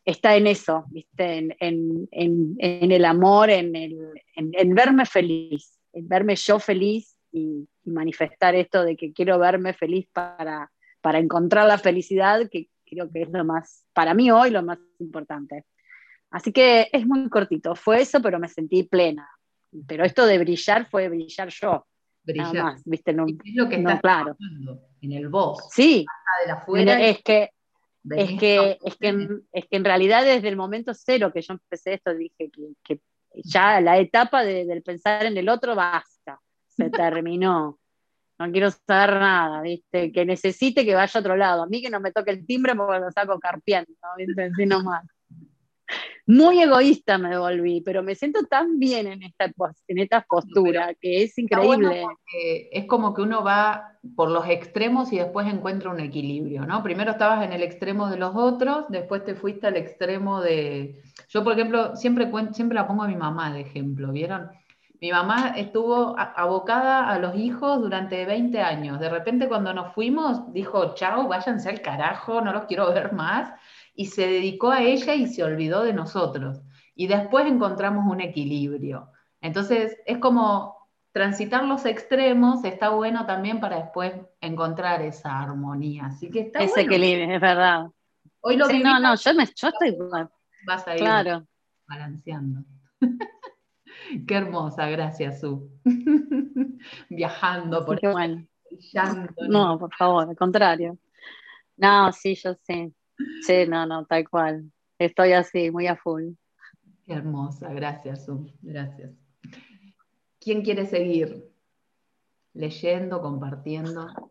está en eso, ¿viste? En, en, en, en el amor, en, el, en, en verme feliz, en verme yo feliz y, y manifestar esto de que quiero verme feliz para, para encontrar la felicidad, que creo que es lo más, para mí hoy, lo más importante. Así que es muy cortito, fue eso, pero me sentí plena. Pero esto de brillar fue brillar yo, nada Brillar. más, ¿viste? No, ¿Y qué es lo que no, estás claro. trabajando? En el vos. Sí, Pasa de afuera y es que Es venís a que, es, que vos. en, es que en realidad desde el momento cero que yo empecé esto dije que, que ya la etapa de, del pensar en el otro basta, se terminó, no quiero saber nada, ¿viste? Que necesite que vaya a otro lado, a mí que no me toque el timbre porque lo saco carpiendo, ¿viste? Así nomás. Muy egoísta me volví, pero me siento tan bien en esta, pos- en esta Pero postura que es está bueno increíble. porque es como que uno va por los extremos y después encuentra un equilibrio, ¿no? Primero estabas en el extremo de los otros, después te fuiste al extremo de... Yo, por ejemplo, siempre, cuen- siempre la pongo a mi mamá de ejemplo, ¿vieron? Mi mamá estuvo a- abocada a los hijos durante veinte años. De repente cuando nos fuimos, dijo, chao, váyanse al carajo, no los quiero ver más. Y se dedicó a ella y se olvidó de nosotros. Y después encontramos un equilibrio. Entonces, es como transitar los extremos, está bueno también para después encontrar esa armonía. Así que está Ese bueno. equilibrio, es verdad. Hoy lo Sí, vivís, no, no, yo, me, yo estoy, vas a ir claro. balanceando. Qué hermosa, gracias, Su. Viajando Así por que ahí, bueno, brillando en el... no, por favor, al contrario. No, sí, yo sé. Sí, no, no, tal cual. Estoy así, muy a full. Qué hermosa, gracias, Su. Gracias. ¿Quién quiere seguir? Leyendo, compartiendo.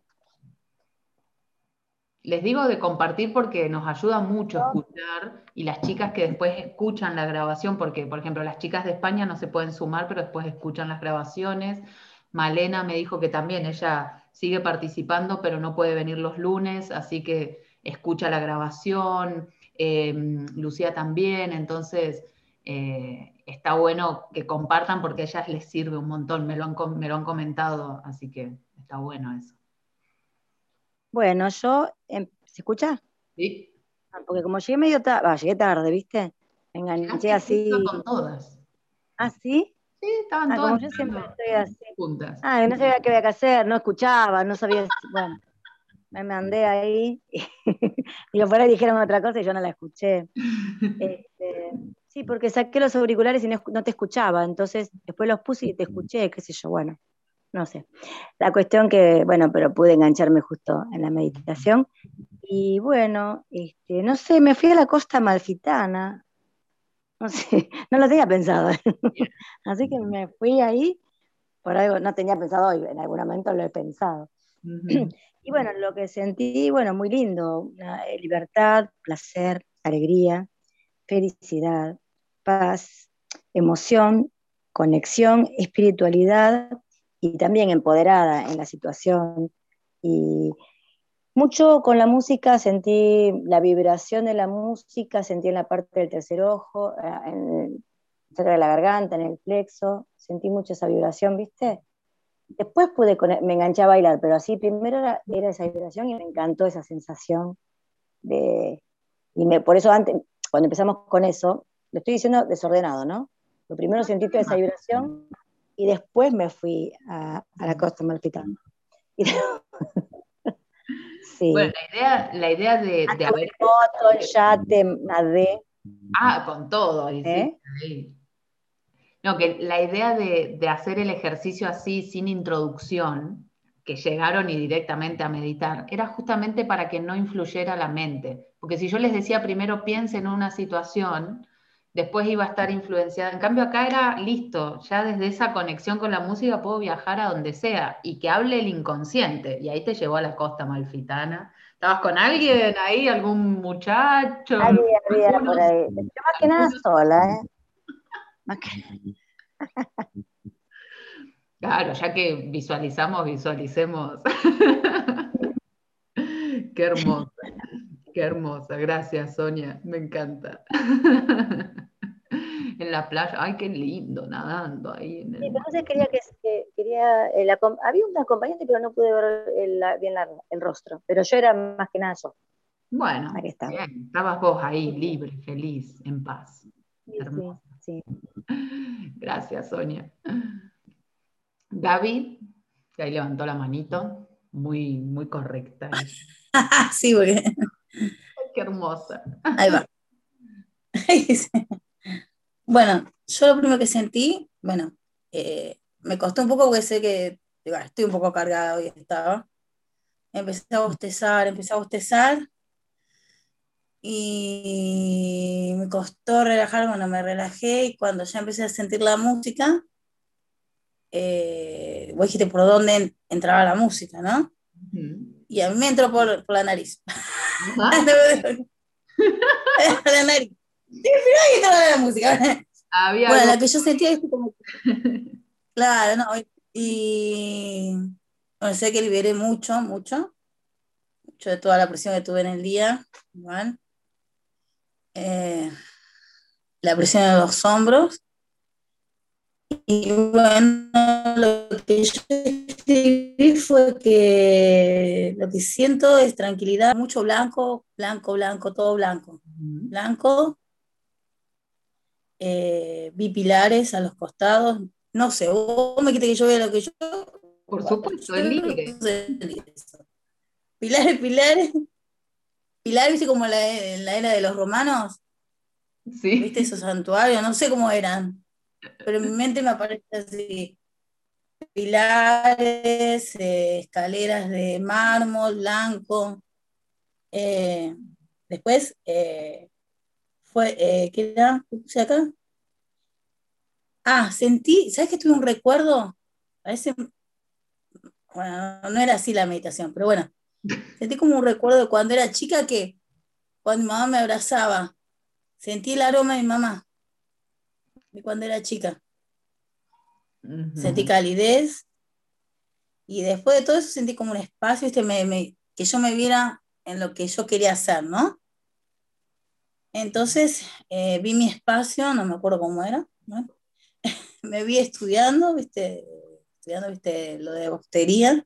Les digo de compartir porque nos ayuda mucho escuchar y las chicas que después escuchan la grabación, porque por ejemplo las chicas de España no se pueden sumar, pero después escuchan las grabaciones. Malena me dijo que también ella sigue participando, pero no puede venir los lunes, así que escucha la grabación. Eh, Lucía también, entonces eh, está bueno que compartan porque a ellas les sirve un montón, me lo han, com- me lo han comentado, así que está bueno eso. Bueno, yo, em, ¿se escucha? ¿Sí? Ah, porque como llegué medio tarde, llegué tarde, ¿viste? Me enganché Llegaste justo así. con todas. ¿Ah, sí? Sí, estaban Ah, todas como yo siempre entrando estoy así. juntas. Ah, no sabía qué había que hacer, no escuchaba, no sabía si- bueno, me mandé ahí y lo por ahí dijeron otra cosa y yo no la escuché. Este, sí, porque saqué los auriculares y no, escu- no te escuchaba, entonces después los puse y te escuché, qué sé yo, bueno, no sé. La cuestión que, bueno, pero pude engancharme justo en la meditación. Y bueno, este, no sé, me fui a la costa amalfitana, no sé, no lo tenía pensado. Así que me fui ahí, por algo, no tenía pensado hoy, en algún momento lo he pensado. Ujú. Y bueno, lo que sentí, bueno, muy lindo, una, eh, libertad, placer, alegría, felicidad, paz, emoción, conexión, espiritualidad y también empoderada en la situación. Y mucho con la música sentí la vibración de la música, sentí en la parte del tercer ojo, eh, en, cerca de la garganta, en el plexo, sentí mucho esa vibración, ¿viste? Después pude, con- me enganché a bailar, pero así primero era, era esa vibración y me encantó esa sensación de... Y me, por eso antes, cuando empezamos con eso, lo estoy diciendo desordenado, ¿no? Lo primero sentí toda esa vibración y después me fui a, a la costa amalfitana. Y- Bueno, sí. la idea, la idea de, de Anduve haber... en moto, en yate, nadé, Ah, con todo, y sí, ¿eh? sí. No, que la idea de, de hacer el ejercicio así, sin introducción, que llegaron y directamente a meditar, era justamente para que no influyera la mente. Porque si yo les decía primero piensen en una situación, después iba a estar influenciada. En cambio, acá era listo, ya desde esa conexión con la música puedo viajar a donde sea y que hable el inconsciente. Y ahí te llevó a la costa amalfitana. ¿Estabas con alguien ahí, algún muchacho? Había, había por Algunos, ahí. Pero más que nada algunos. sola, ¿eh? Más que- Claro, ya que visualizamos, visualicemos. Qué hermosa, qué hermosa. Gracias, Sonia. Me encanta. En la playa, ay, qué lindo, nadando ahí en Sí, el pero mar. entonces quería que, que- quería, el había un acompañante, pero no pude ver el- la- bien la- el rostro. Pero yo era más que nada yo. Bueno, Ahí está. bien, estabas vos ahí, libre, feliz, en paz. Sí, Hermoso. sí. Gracias, Sonia. Gaby, que ahí levantó la manito, muy, muy correcta. Sí, porque Ay, qué hermosa. ahí va. Bueno, yo lo primero que sentí, bueno, eh, me costó un poco porque sé que digo, estoy un poco cargada hoy estaba. Empecé a bostezar, empecé a bostezar y me costó relajar, bueno, me relajé y cuando ya empecé a sentir la música, eh, vos dijiste por dónde en- entraba la música, ¿no? Ujú. Y a mí me entró por, por la nariz. Ajá. Por la nariz. Y ahí entraba la música. Había Bueno, algo. la que yo sentía es como, claro, ¿no? Y bueno, sé que liberé mucho, mucho, mucho de toda la presión que tuve en el día, igual. Eh, la presión en los hombros. Y bueno, lo que yo escribí fue que lo que siento es tranquilidad, mucho blanco, blanco, blanco, todo blanco. Ujú. Blanco, eh, vi pilares a los costados, no sé, vos me quité que yo vea lo que yo, Por bueno, supuesto, es yo libre. no sé eso. Pilares, pilares, pilares, viste como la, en la era de los romanos, viste Sí. esos santuarios, no sé cómo eran, pero en mi mente me aparece así. Pilares, eh, escaleras de mármol blanco. eh, Después eh, fue, eh, ¿qué era? ¿Qué puse acá? Ah, sentí, ¿sabes que tuve un recuerdo? Parece, bueno, no era así la meditación, pero bueno, sentí como un recuerdo de cuando era chica que cuando mi mamá me abrazaba, sentí el aroma de mi mamá, de cuando era chica. Sentí Ujú. calidez y después de todo eso sentí como un espacio, ¿viste? Me- me- que yo me viera en lo que yo quería hacer, ¿no? Entonces eh, vi mi espacio, no me acuerdo cómo era, ¿no? Me vi estudiando, ¿viste? Estudiando, ¿viste? Lo de bostería,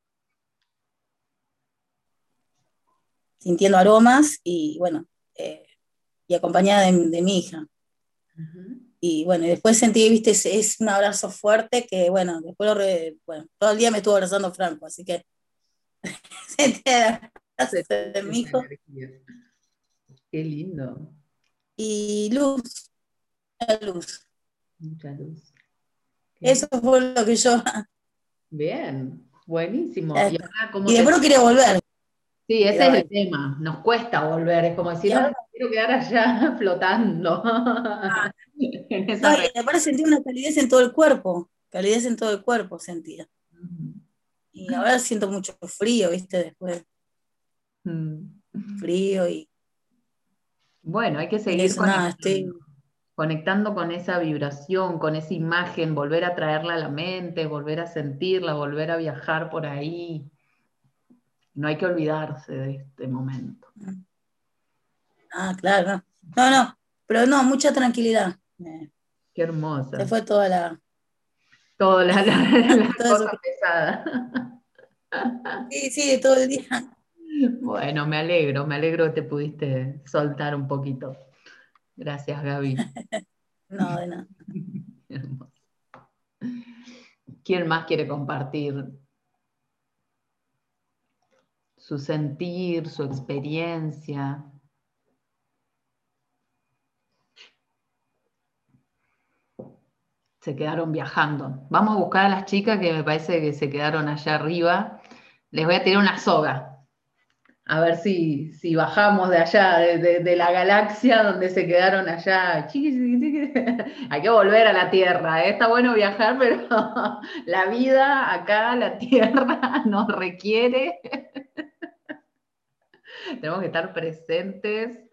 sintiendo aromas y bueno, eh, y acompañada de, de mi hija. Ujú. Y bueno, y después sentí, ¿viste? Es, es un abrazo fuerte que bueno, después lo re- bueno, todo el día me estuvo abrazando Franco, así que sentí el abrazo Sentí de mi esa hijo energía. Qué lindo. y luz, la luz. Mucha luz. Qué Eso lindo. fue lo que yo, Bien, buenísimo. ya ¿Y está. ahora Y cómo te... después no quería volver. Sí, Y ese es quedaba el ahí. tema. Nos cuesta volver. Es como Y decir, ay, ahora, quiero quedar allá flotando. En esa no, red. y aparte sentía una calidez en todo el cuerpo, calidez en todo el cuerpo sentía. Y ahora siento mucho frío, ¿viste? Después Mm. frío y, Bueno, hay que y seguir eso, nada, conectando, estoy, conectando con esa vibración, con esa imagen, volver a traerla a la mente, volver a sentirla, volver a viajar por ahí. No hay que olvidarse de este momento. ah, claro, no, no, no, pero no, mucha tranquilidad. Eh, Qué Se hermosa. fue toda la, Toda la, la, la todo eso cosa que, pesada. sí, sí, todo el día. Bueno, me alegro, me alegro que te pudiste soltar un poquito. Gracias, Gaby. No, de nada. Hermoso. ¿Quién más quiere compartir su sentir, su experiencia? Se quedaron viajando. Vamos a buscar a las chicas que me parece que se quedaron allá arriba. Les voy a tirar una soga. A ver si, si bajamos de allá, de, de- de la galaxia donde se quedaron allá. Chiquis, chiquis. Hay que volver a la Tierra, ¿eh? Está bueno viajar, pero la vida acá, la Tierra, nos requiere. Tenemos que estar presentes.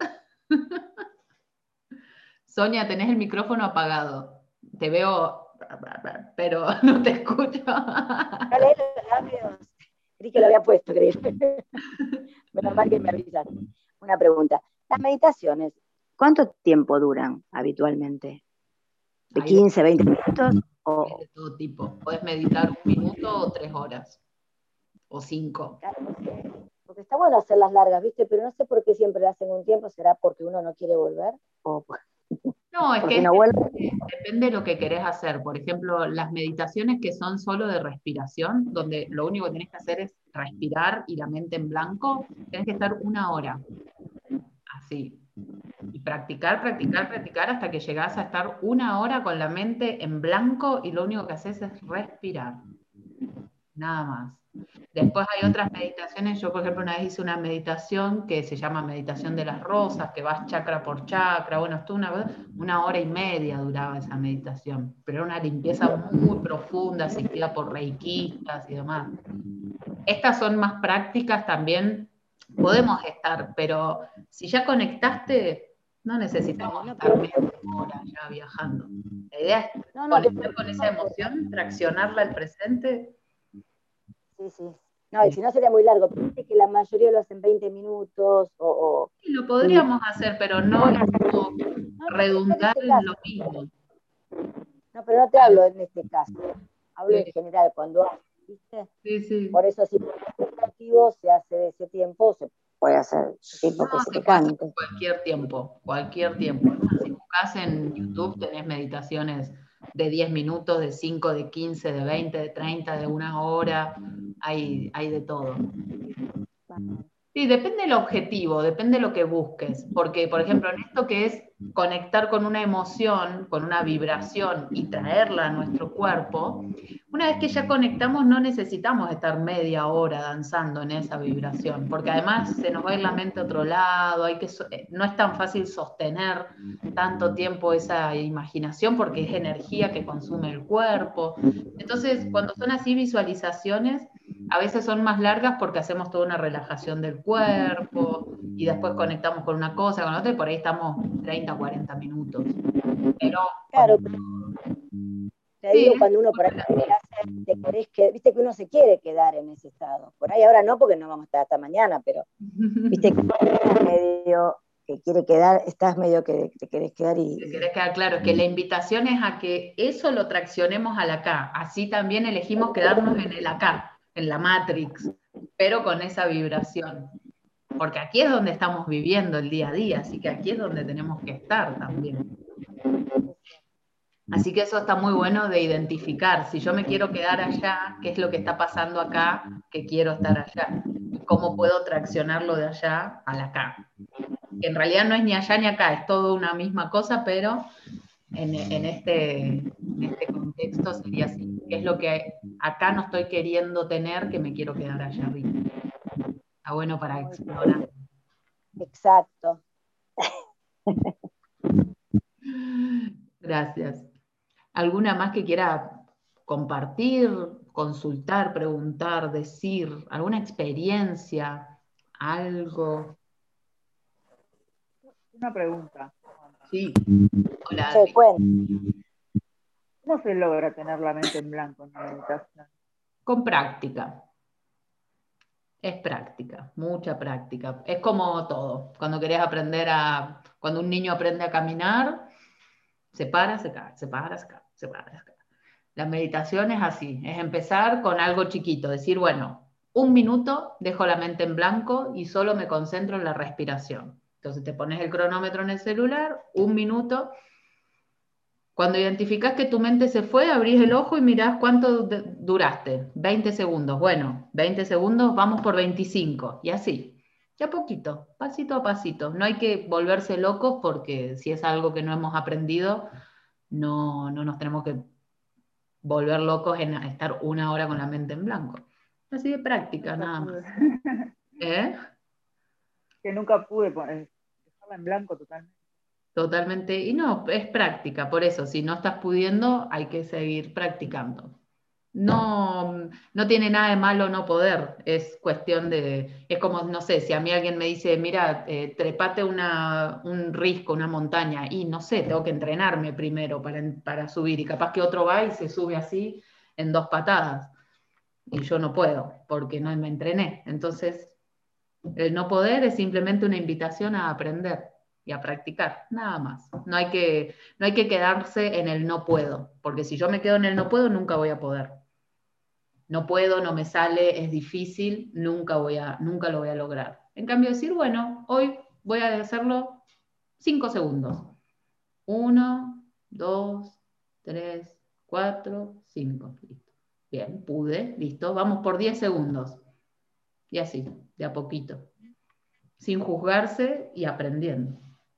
Sonia, tenés el micrófono apagado. Te veo, pero no te escucho. Dale los labios. Creí que lo había puesto, creí. Menos mal que me avisas. Una pregunta. Las meditaciones, ¿cuánto tiempo duran habitualmente? ¿De Hay de, quince, veinte minutos? hay O, de todo tipo. Puedes meditar un minuto o tres horas, o cinco. claro, porque Porque está bueno hacerlas largas, ¿viste? Pero no sé por qué siempre las hacen un tiempo, ¿será porque uno no quiere volver? ¿O No, es que porque es- no vuelve? depende de lo que querés hacer. Por ejemplo, las meditaciones que son solo de respiración, donde lo único que tenés que hacer es respirar y la mente en blanco, tenés que estar una hora, así. Y practicar, practicar, practicar hasta que llegás a estar una hora con la mente en blanco y lo único que haces es respirar. Nada más. Después hay otras meditaciones. Yo, por ejemplo, una vez hice una meditación que se llama meditación de las rosas, que vas chakra por chakra. Bueno, estuvo una, una hora y media duraba esa meditación, pero era una limpieza muy profunda, asistida por reikistas y demás. Estas son más prácticas también. Podemos estar, pero si ya conectaste, no necesitamos No, estar pero, media hora ya viajando. La idea es no, no, te- conectar con esa emoción, traccionarla al presente. sí, sí. No, y si no sería muy largo, pero viste que la mayoría lo hacen veinte minutos o... o- Sí, lo y, podríamos hacer, pero no bueno, es como no, no, pero no en redundar este en lo caso. mismo. No, pero no te hablo en este caso. Hablo en Sí, general, cuando haces, ¿viste? sí, sí. Por eso si el activo se hace de ese tiempo, se puede hacer el tiempo No, que se se te puede hacer cante. cualquier tiempo, cualquier tiempo. Es más, si buscas en YouTube, tenés meditaciones de diez minutos, de cinco, de quince, de veinte, de treinta, de una hora. Hay, hay de todo. Sí, depende del objetivo, depende de lo que busques, porque, por ejemplo, en esto que es conectar con una emoción, con una vibración y traerla a nuestro cuerpo, una vez que ya conectamos no necesitamos estar media hora danzando en esa vibración, porque además se nos va a ir la mente a otro lado, hay que, no es tan fácil sostener tanto tiempo esa imaginación porque es energía que consume el cuerpo. Entonces, cuando son así visualizaciones, a veces son más largas porque hacemos toda una relajación del cuerpo y después conectamos con una cosa, con otra, y por ahí estamos treinta, cuarenta minutos. Pero Claro, como, te sí, digo, es cuando uno por ahí te hace, te querés que, viste que uno se quiere quedar en ese estado. Por ahí ahora no, porque no vamos a estar hasta mañana, pero viste que estás medio que quiere quedar, estás medio que te querés quedar y, te y- querés quedar claro, es que la invitación es a que eso lo traccionemos al acá. Así también elegimos quedarnos en el acá, en la Matrix, pero con esa vibración. Porque aquí es donde estamos viviendo el día a día, así que aquí es donde tenemos que estar también. Así que eso está muy bueno de identificar. Si yo me quiero quedar allá, ¿qué es lo que está pasando acá? Que quiero estar allá. ¿Y cómo puedo traccionarlo de allá al acá? Que en realidad no es ni allá ni acá, es todo una misma cosa, pero en, en este, en este contexto sería así. ¿Qué es lo que acá no estoy queriendo tener que me quiero quedar allá arriba? Está bueno para muy explorar. exacto. Gracias. ¿Alguna más que quiera compartir, consultar, preguntar, decir? ¿Alguna experiencia? ¿Algo? Una pregunta. Sí. Hola, Che, Adri. cuento. ¿Cómo se logra tener la mente en blanco en la meditación? Con práctica. Es práctica, mucha práctica. Es como todo. Cuando querés aprender a, cuando un niño aprende a caminar, se para, se cae, se para, se cae, se para, se cae. La meditación es así, es empezar con algo chiquito, decir, bueno, un minuto dejo la mente en blanco y solo me concentro en la respiración. Entonces te pones el cronómetro en el celular, un minuto. Cuando identificás que tu mente se fue, abrís el ojo y mirás cuánto duraste. veinte segundos. Bueno, veinte segundos, vamos por veinticinco. Y así, ya poquito, pasito a pasito. No hay que volverse locos porque si es algo que no hemos aprendido, no, no nos tenemos que volver locos en estar una hora con la mente en blanco. Así de práctica, Nunca nada pude. más. ¿Eh? Que nunca pude poner, dejarla en blanco totalmente. Totalmente. Y no, es práctica. Por eso, si no estás pudiendo, hay que seguir practicando. No, no tiene nada de malo no poder, es cuestión de, es como, no sé, si a mí alguien me dice, mira, eh, trepate una, un risco, una montaña, y no sé, tengo que entrenarme primero para, para subir, y capaz que otro va y se sube así en dos patadas, y yo no puedo, porque no me entrené. Entonces, el no poder es simplemente una invitación a aprender y a practicar, nada más. No hay que, no hay que quedarse en el no puedo, porque si yo me quedo en el no puedo, nunca voy a poder. no puedo, no me sale, es difícil, nunca, voy a, nunca lo voy a lograr. En cambio, decir, bueno, hoy voy a hacerlo cinco segundos. Uno, dos, tres, cuatro, cinco. Listo. Bien, pude, listo. Vamos por diez segundos. Y así, de a poquito. Sin juzgarse y aprendiendo.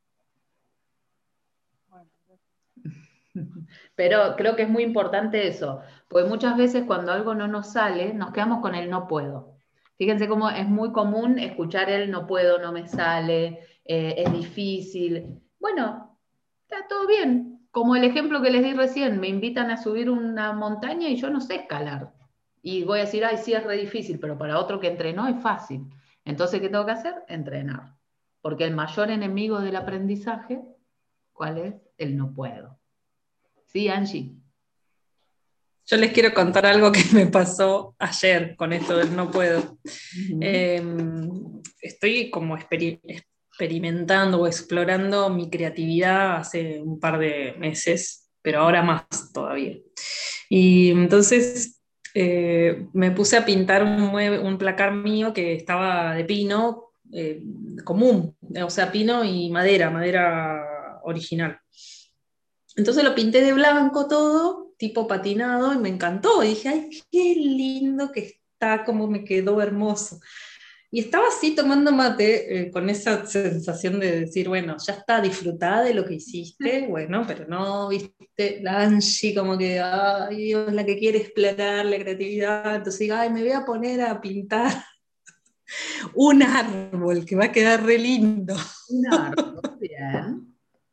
Pero creo que es muy importante eso, porque muchas veces cuando algo no nos sale, nos quedamos con el no puedo. Fíjense cómo es muy común escuchar el no puedo, no me sale, eh, es difícil. Bueno, está todo bien. Como el ejemplo que les di recién, me invitan a subir una montaña y yo no sé escalar. Y voy a decir, ay, sí, es re difícil, pero para otro que entrenó es fácil. Entonces, ¿qué tengo que hacer? Entrenar. Porque el mayor enemigo del aprendizaje, ¿cuál es? El no puedo. Sí, Angie. Yo les quiero contar algo que me pasó ayer con esto del no puedo. Uh-huh. Eh, estoy como experi- experimentando o explorando mi creatividad hace un par de meses, pero ahora más todavía. Y entonces eh, me puse a pintar un, mueble, un placar mío que estaba de pino eh, común, o sea, pino y madera, madera original. Entonces lo pinté de blanco todo, tipo patinado, y me encantó. Y dije, ay, qué lindo que está, cómo me quedó hermoso. Y estaba así tomando mate, eh, con esa sensación de decir, bueno, ya está, disfrutada de lo que hiciste, bueno, pero no, viste, la Angie como que, ay, Dios, la que quiere explorar la creatividad. Entonces digo, ay, me voy a poner a pintar un árbol que va a quedar re lindo. Un árbol, bien.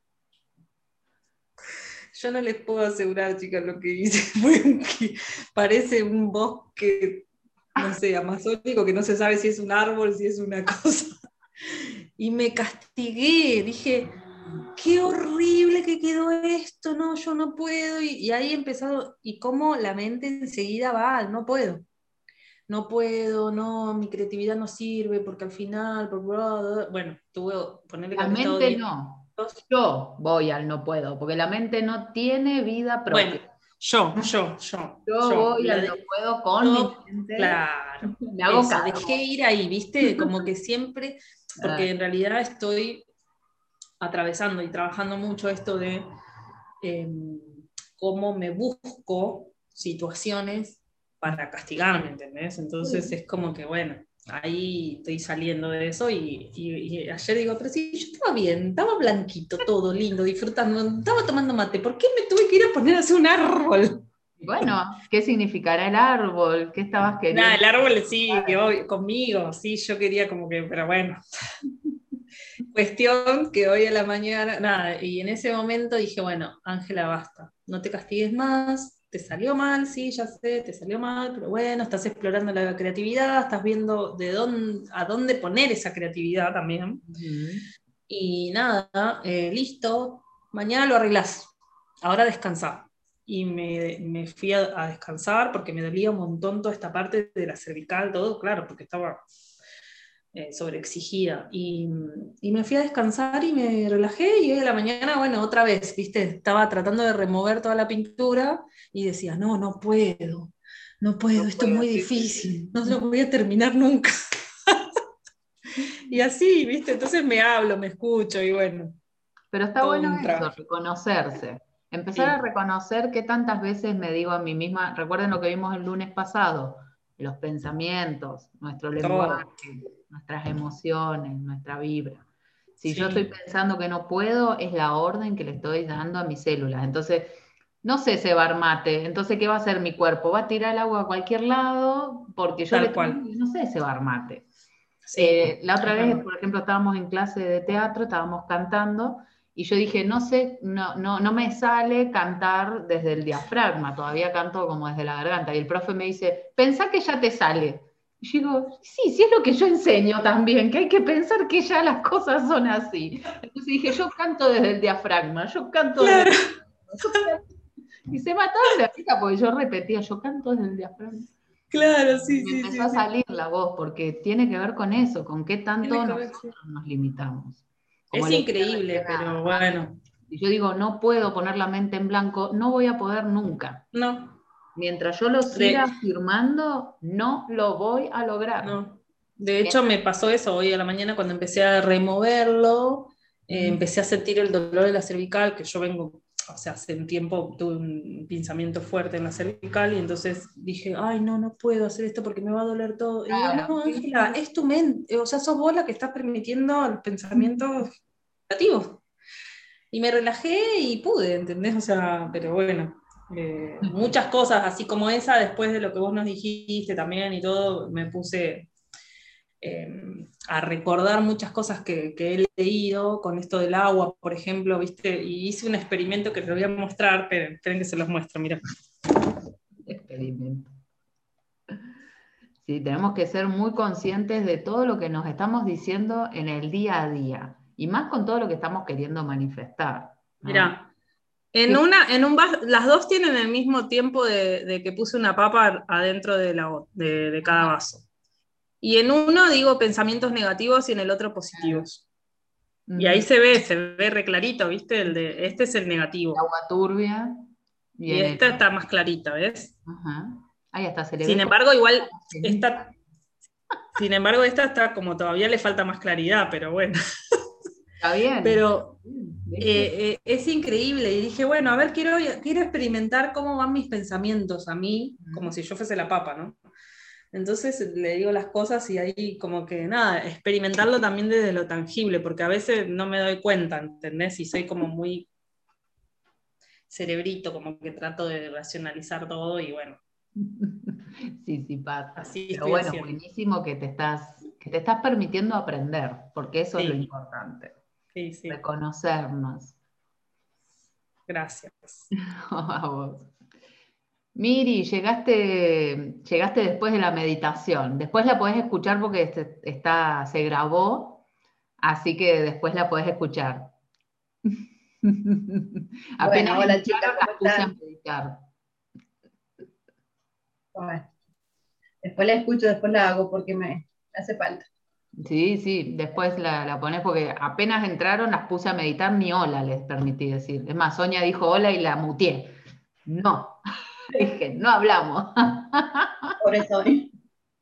Yo no les puedo asegurar, chicas, lo que hice fue un, parece un bosque, no sé, amazónico, que no se sabe si es un árbol, si es una cosa. Y me castigué, dije, qué horrible que quedó esto, no, yo no puedo. Y, y ahí he empezado, y cómo la mente enseguida va, no puedo. No puedo, no, mi creatividad no sirve, porque al final, por, bueno, tuve que ponerle que La habré estado mente diez. no. Yo voy al no puedo, porque la mente no tiene vida propia. Bueno, yo, yo, yo. Yo yo voy la al de- no puedo con mi yo, mente. claro, Me hago eso, cargo. dejé ir ahí, ¿viste? Como que siempre, porque Ah, en realidad estoy atravesando y trabajando mucho esto de eh, cómo me busco situaciones para castigarme, ¿entendés? Entonces es como que, bueno, ahí estoy saliendo de eso y, y, y ayer digo, pero sí, yo estaba bien, estaba blanquito, todo lindo, disfrutando, estaba tomando mate, ¿por qué me tuve que ir a poner a hacer un árbol? bueno, ¿qué significará el árbol? ¿Qué estabas Nada, queriendo? el árbol sí, obvio, conmigo, sí, yo quería como que, pero bueno. Cuestión que hoy a la mañana, nada, y en ese momento dije, bueno, Ángela, basta, no te castigues más, te salió mal, sí, ya sé, te salió mal, pero bueno, estás explorando la creatividad, estás viendo de dónde, a dónde poner esa creatividad también. Uh-huh. Y nada, eh, listo, mañana lo arreglás, ahora descansá. Y me, me fui a, a descansar porque me dolía un montón toda esta parte de la cervical, todo, claro, porque estaba eh, sobreexigida. Y, y me fui a descansar y me relajé y hoy a la mañana, bueno, otra vez, viste, estaba tratando de remover toda la pintura y decía, no, no puedo, no puedo, No esto es puedo, muy sí, sí, difícil, no lo voy a terminar nunca. Y así, viste, entonces me hablo, me escucho y bueno, Pero está todo bueno un eso, trabajo. reconocerse. Empezar a Sí, reconocer que tantas veces me digo a mí misma, recuerden lo que vimos el lunes pasado, los pensamientos, nuestro lenguaje, todo, nuestras emociones, nuestra vibra. Si yo estoy sí. pensando que no puedo, es la orden que le estoy dando a mis células. Entonces, no sé cebar mate, entonces, ¿qué va a hacer mi cuerpo? Va a tirar el agua a cualquier lado porque yo le Tal estoy cual, diciendo que no sé cebar mate. sí, Eh, la otra es vez, verdad. por ejemplo, estábamos en clase de teatro, estábamos cantando, y yo dije, no sé, no, no, no me sale cantar desde el diafragma, todavía canto como desde la garganta. Y el profe me dice, pensá que ya te sale. Y yo digo, sí, sí es lo que yo enseño también, que hay que pensar que ya las cosas son así. Entonces dije, yo canto desde el diafragma, yo canto desde Claro, el yo canto. Y se mataron de risa porque yo repetía, yo canto desde el diafragma. claro, sí, Me sí, empezó sí, a sí. salir la voz, porque tiene que ver con eso, con qué Tiene tanto que ver, sí. nosotros nos limitamos. Como Es le decía increíble, recién pero a Rami, bueno, si yo digo no puedo poner la mente en blanco, no voy a poder nunca. no, Mientras yo lo siga afirmando, no lo voy a lograr. No. De hecho, me pasó eso hoy a la mañana cuando empecé a removerlo, eh, Mm. empecé a sentir el dolor de la cervical, que yo vengo, o sea, hace un tiempo tuve un pinzamiento fuerte en la cervical y entonces dije, ay, no, no puedo hacer esto porque me va a doler todo. Y digo, Claro, no, sí, Ángela, sí. es tu mente, o sea, sos vos la que estás permitiendo los pensamientos negativos. Y me relajé y pude, ¿entendés? O sea, pero bueno, eh, muchas cosas, así como esa, después de lo que vos nos dijiste también y todo, me puse eh, a recordar muchas cosas que, que he leído con esto del agua, por ejemplo, ¿viste? Y hice un experimento que te voy a mostrar, pero esperen que se los muestro, mira. Experimento. Sí, tenemos que ser muy conscientes de todo lo que nos estamos diciendo en el día a día, y más con todo lo que estamos queriendo manifestar, ¿no? Mira, en una, en un vas- las dos tienen el mismo tiempo de, de que puse una papa adentro de, la, o- de, de cada vaso. Y en uno digo pensamientos negativos y en el otro positivos. Y ahí Ujú. se ve, se ve re clarito, ¿viste? El de, este es el negativo. Agua turbia y Y en el... esta está más clarita, ¿ves? Ajá. Ahí hasta se le Sin ve como embargo, igual, una cenita. esta, sin embargo, esta está como todavía le falta más claridad, pero bueno. Está bien. Pero ¿Viste? eh, eh, es increíble. Y dije, bueno, a ver, quiero, quiero experimentar cómo van mis pensamientos a mí, como si yo fuese la papa, ¿no? Entonces le digo las cosas y ahí como que nada, experimentarlo también desde lo tangible, porque a veces no me doy cuenta, ¿entendés? Y soy como muy cerebrito, como que trato de racionalizar todo y bueno, Sí, sí pasa. así Pero estoy bueno, haciendo. buenísimo que te estás, que te estás permitiendo aprender, porque eso es lo Sí, importante. sí, sí, Reconocernos. gracias. A vos. Miri, llegaste, llegaste después de la meditación. Después la podés escuchar porque este- está, se grabó, así que después la podés escuchar. Apenas Bueno, hola chicas, entraron, ¿cómo las puse a están? meditar. Bueno, después la escucho, después la hago porque me hace falta. Sí, sí, después la, la ponés porque apenas entraron, las puse a meditar, ni hola les permití decir. Es más, Sonia dijo hola y la muteé. No, dije, no hablamos. Por eso hoy.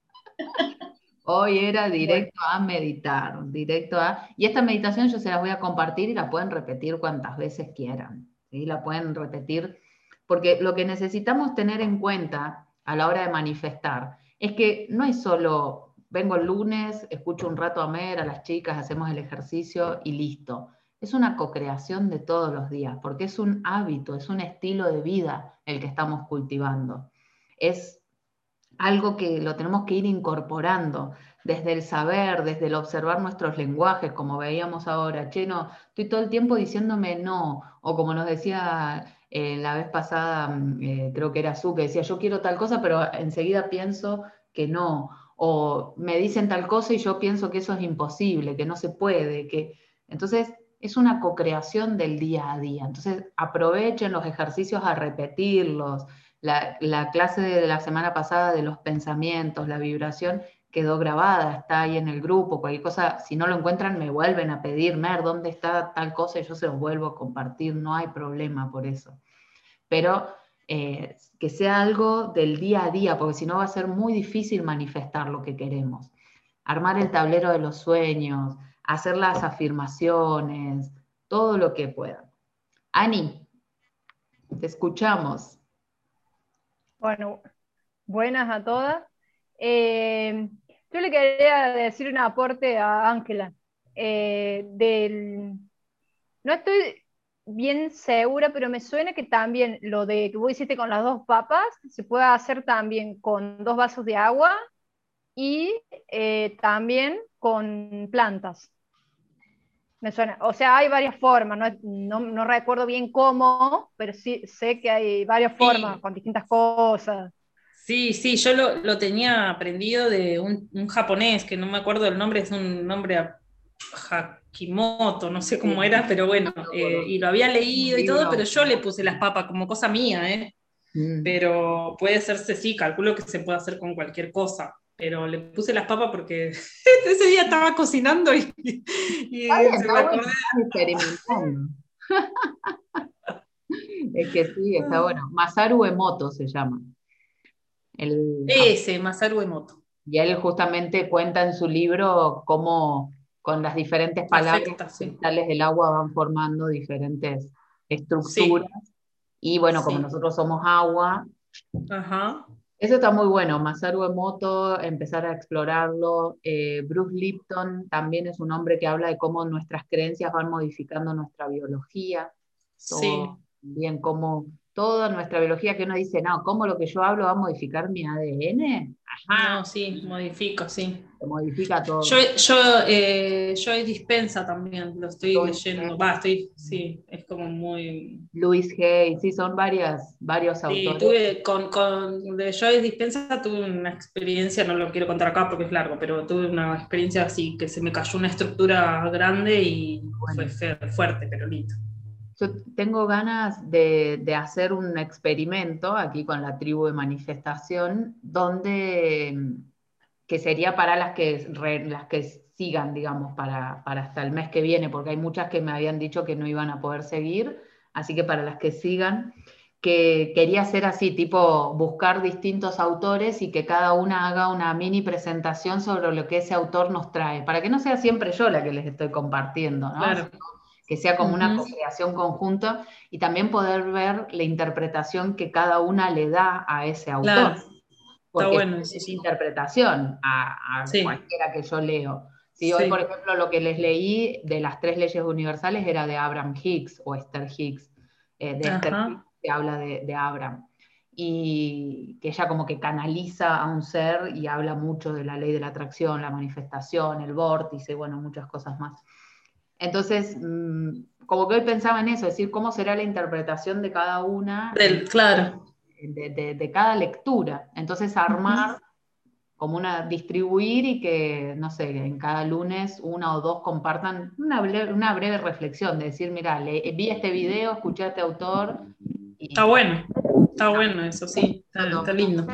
Hoy era Bueno, directo a meditar, directo a... Y esta meditación yo se las voy a compartir y la pueden repetir cuantas veces quieran, ¿sí? La pueden repetir, porque lo que necesitamos tener en cuenta a la hora de manifestar es que no es solo, vengo el lunes, escucho un rato a Mer, a las chicas, hacemos el ejercicio y listo. Es una co-creación de todos los días, porque es un hábito, es un estilo de vida el que estamos cultivando. Es algo que lo tenemos que ir incorporando desde el saber, desde el observar nuestros lenguajes, como veíamos ahora. Che, no, estoy todo el tiempo diciéndome no, o como nos decía eh, la vez pasada, mm, eh, creo que era Su, que decía, yo quiero tal cosa, pero enseguida pienso que no, o me dicen tal cosa y yo pienso que eso es imposible, que no se puede, que... Entonces, es una co-creación del día a día. Entonces, aprovechen los ejercicios a repetirlos. La, la clase de la semana pasada de los pensamientos, la vibración, quedó grabada, está ahí en el grupo, cualquier cosa, si no lo encuentran me vuelven a pedir, Mer, ¿dónde está tal cosa? Y yo se los vuelvo a compartir, no hay problema por eso. Pero eh, que sea algo del día a día, porque si no va a ser muy difícil manifestar lo que queremos. Armar el tablero de los sueños, hacer las afirmaciones, todo lo que puedan. Ani, te escuchamos. Bueno, buenas a todas. Eh, yo le quería decir un aporte a Ángela. Eh, del, no estoy bien segura, pero me suena que también lo de que vos hiciste con las dos papas se puede hacer también con dos vasos de agua y eh, también con plantas. Me suena, o sea, hay varias formas, no, no, no recuerdo bien cómo, pero sí sé que hay varias formas Sí, con distintas cosas. sí, sí, yo lo, lo tenía aprendido de un, un japonés, que no me acuerdo el nombre, es un nombre a- Hakimoto, no sé cómo era, pero bueno, eh, y lo había Un leído y todo, pero libro. yo le puse las papas como cosa mía, ¿eh? Mm. Pero puede hacerse, sí, calculo que se puede hacer con cualquier cosa, pero le puse las papas porque ese día estaba cocinando y, Está y bien, se me está bueno, acordé. estás experimentando. Es que sí, está bueno. Masaru Emoto se llama. El, Ese, Masaru Emoto. y él justamente cuenta en su libro cómo con las diferentes palabras Afecta, los sí. cristales del agua van formando diferentes estructuras. Sí. Y bueno, como Sí. nosotros somos agua, Ajá. eso está muy bueno. Masaru Emoto, empezar a explorarlo. Eh, Bruce Lipton también es un hombre que habla de cómo nuestras creencias van modificando nuestra biología. Sí. Todo bien, cómo toda nuestra biología, que uno dice, no, ¿cómo lo que yo hablo va a modificar mi A D N? Ajá, No, sí, modifico, sí. se modifica Yo, todo. yo, eh, yo Dispensa también, lo estoy Louis leyendo. Hay, Va, estoy, sí, es como muy. Louis Hay, sí, son varias, varios Sí, autores. tuve con, con de Joyce Dispensa tuve una experiencia, no lo quiero contar acá porque es largo, pero tuve una experiencia así que se me cayó una estructura grande y Bueno. fue fe- fuerte, pero lindo. Yo tengo ganas de, de hacer un experimento aquí con la tribu de manifestación, donde que sería para las que, re, las que sigan, digamos, para, para hasta el mes que viene, porque hay muchas que me habían dicho que no iban a poder seguir, así que para las que sigan, que quería hacer así, tipo buscar distintos autores y que cada una haga una mini presentación sobre lo que ese autor nos trae, para que no sea siempre yo la que les estoy compartiendo, ¿no? Claro. Que sea como una Ujú. co-creación conjunta y también poder ver la interpretación que cada una le da a ese autor. Claro. Está Porque bueno es eso, sí. interpretación a, a Sí. cualquiera que yo leo. Si hoy, Sí. por ejemplo, lo que les leí de las tres leyes universales era de Abraham Hicks o Esther Hicks, eh, de Esther Ajá. Hicks que habla de, de Abraham. Y que ella como que canaliza a un ser y habla mucho de la ley de la atracción, la manifestación, el vórtice, bueno, muchas cosas más. Entonces, mmm, como que hoy pensaba en eso, es decir, cómo será la interpretación de cada una, Del, en, claro. de, de, de cada lectura. Entonces, armar Ujú. como una, distribuir y que, no sé, en cada lunes una o dos compartan una breve, una breve reflexión, de decir, mira, le, vi este video, escuché a este autor. Y, Está bueno. Está bueno eso, sí. Está, está lindo.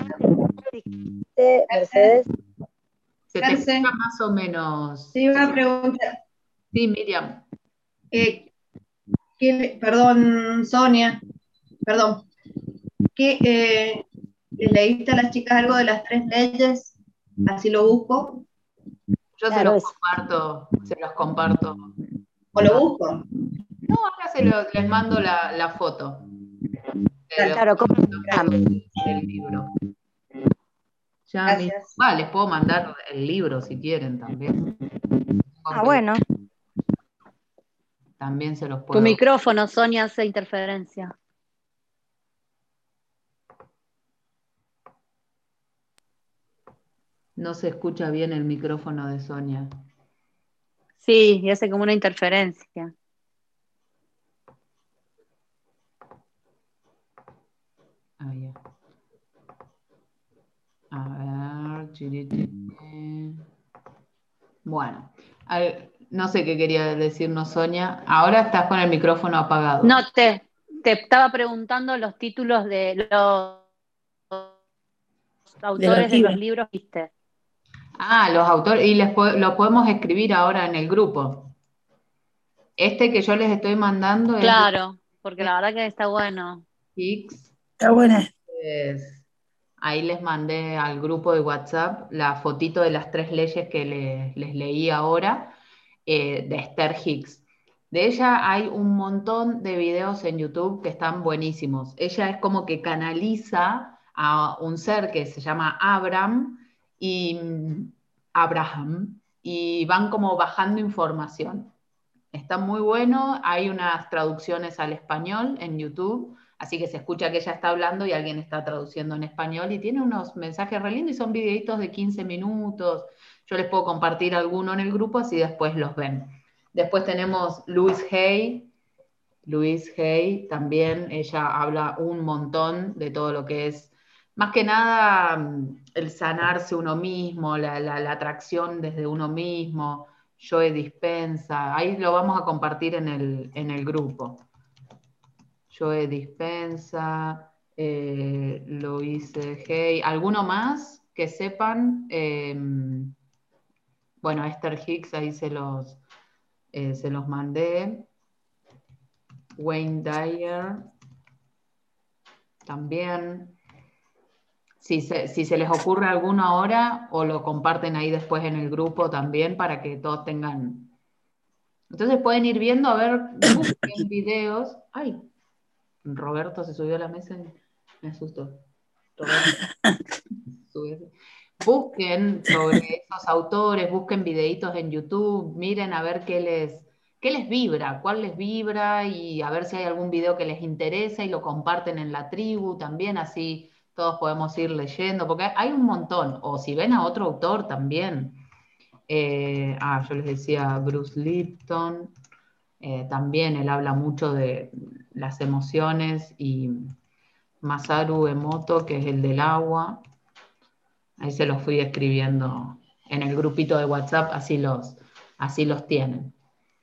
Mercedes. Se te escucha más o menos. Te iba a preguntar, Sí, Miriam. eh, ¿qué- perdón, Sonia, perdón, ¿qué, eh, ¿les leíste a las chicas algo de las tres leyes? Así lo busco. Yo Claro, se los es- comparto, se los comparto. ¿O lo busco? No, ahora se lo, les mando la, la foto. Eh, Dale. Claro, ¿cómo? del, del libro. Ya mi- Gracias. ah, les puedo mandar el libro si quieren también. Ah, bueno. También se los Tu puedo. micrófono, Sonia, hace interferencia. No se escucha bien el micrófono de Sonia. Sí, y hace como una interferencia. Ah, ya. A ver. chiri, chiri. Bueno, al- no sé qué quería decirnos Sonia. Ahora estás con el micrófono apagado. No, te, te estaba preguntando los títulos de los autores de los libros que viste. Ah, los autores, y les po- lo podemos escribir ahora en el grupo. Este que yo les estoy mandando es Claro, porque la verdad que está bueno. Hicks. Está buena. Es- ahí les mandé al grupo de WhatsApp la fotito de las tres leyes que le- les leí ahora, eh, de Esther Hicks. De ella hay un montón de videos en YouTube que están buenísimos. Ella es como que canaliza a un ser que se llama Abraham y Abraham, y van como bajando información. Está muy bueno, hay unas traducciones al español en YouTube, así que se escucha que ella está hablando y alguien está traduciendo en español y tiene unos mensajes re lindos y son videitos de quince minutos. Yo les puedo compartir alguno en el grupo, así después los ven. Después tenemos Louise Hay. Louise Hay también, ella habla un montón de todo lo que es, más que nada, el sanarse uno mismo, la, la, la atracción desde uno mismo. Joe Dispensa, ahí lo vamos a compartir en el, en el grupo. Joe Dispensa, eh, Louise Hay, ¿alguno más que sepan? Eh, bueno, Esther Hicks, ahí se los, eh, se los mandé. Wayne Dyer, también. si se, si se les ocurre alguno ahora, o lo comparten ahí después en el grupo también para que todos tengan. Entonces pueden ir viendo, a ver, busquen videos. Ay, Roberto se subió a la mesa y me asustó. Roberto, súbete. Busquen sobre esos autores, busquen videitos en YouTube, miren a ver qué les, qué les vibra, cuál les vibra y a ver si hay algún video que les interesa y lo comparten en la tribu también, así todos podemos ir leyendo, porque hay un montón, o si ven a otro autor también. Eh, ah, yo les decía Bruce Lipton, eh, también él habla mucho de las emociones, y Masaru Emoto, que es el del agua. Ahí se los fui escribiendo en el grupito de WhatsApp, así los, así los tienen.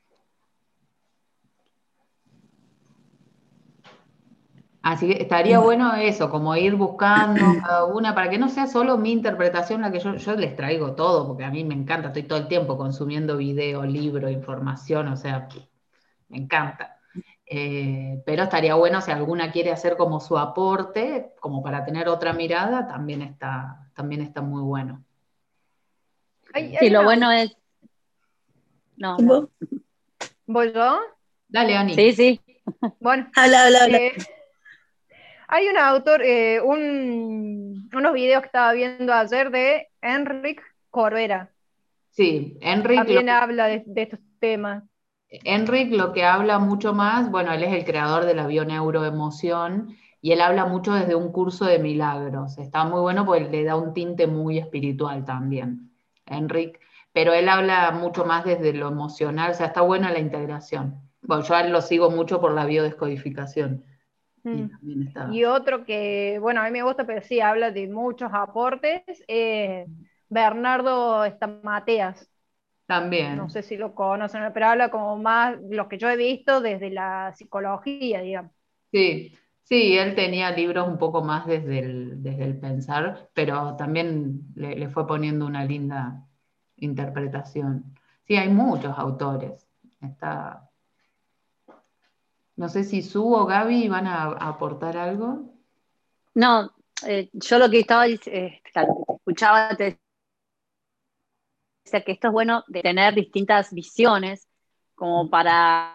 Así que estaría bueno eso, como ir buscando cada una, para que no sea solo mi interpretación la que yo, yo les traigo todo, porque a mí me encanta, estoy todo el tiempo consumiendo video, libro, información, o sea, me encanta. Eh, pero estaría bueno si alguna quiere hacer como su aporte, como para tener otra mirada, también está, también está muy bueno. Hay, Sí, hay lo una, bueno es. No, no. ¿Vos? ¿voy yo? Dale, Ani. Sí, sí. Bueno, Habla, habla, habla. eh, hay un autor, eh, un, unos videos que estaba viendo ayer de Enric Corbera. Sí, Enric lo, También habla de, de estos temas. Enric lo que habla mucho más, bueno, él es el creador de la bioneuroemoción y él habla mucho desde un curso de milagros. Está muy bueno porque le da un tinte muy espiritual también, Enric, pero él habla mucho más desde lo emocional, o sea, está buena la integración. Bueno, yo a él lo sigo mucho por la biodescodificación. Y Mm. también está. Y otro que, bueno, a mí me gusta, pero sí habla de muchos aportes, eh, Bernardo Estamateas. No También. sé si lo conocen, pero habla como más los que yo he visto desde la psicología, digamos. Sí, sí, él tenía libros un poco más desde el, desde el pensar, pero también le, le fue poniendo una linda interpretación. Sí, hay muchos autores. Está, no sé si Su o Gaby van a, a aportar algo. No, eh, yo lo que estaba dic- eh, claro, te escuchaba, te decía que esto es bueno de tener distintas visiones, como para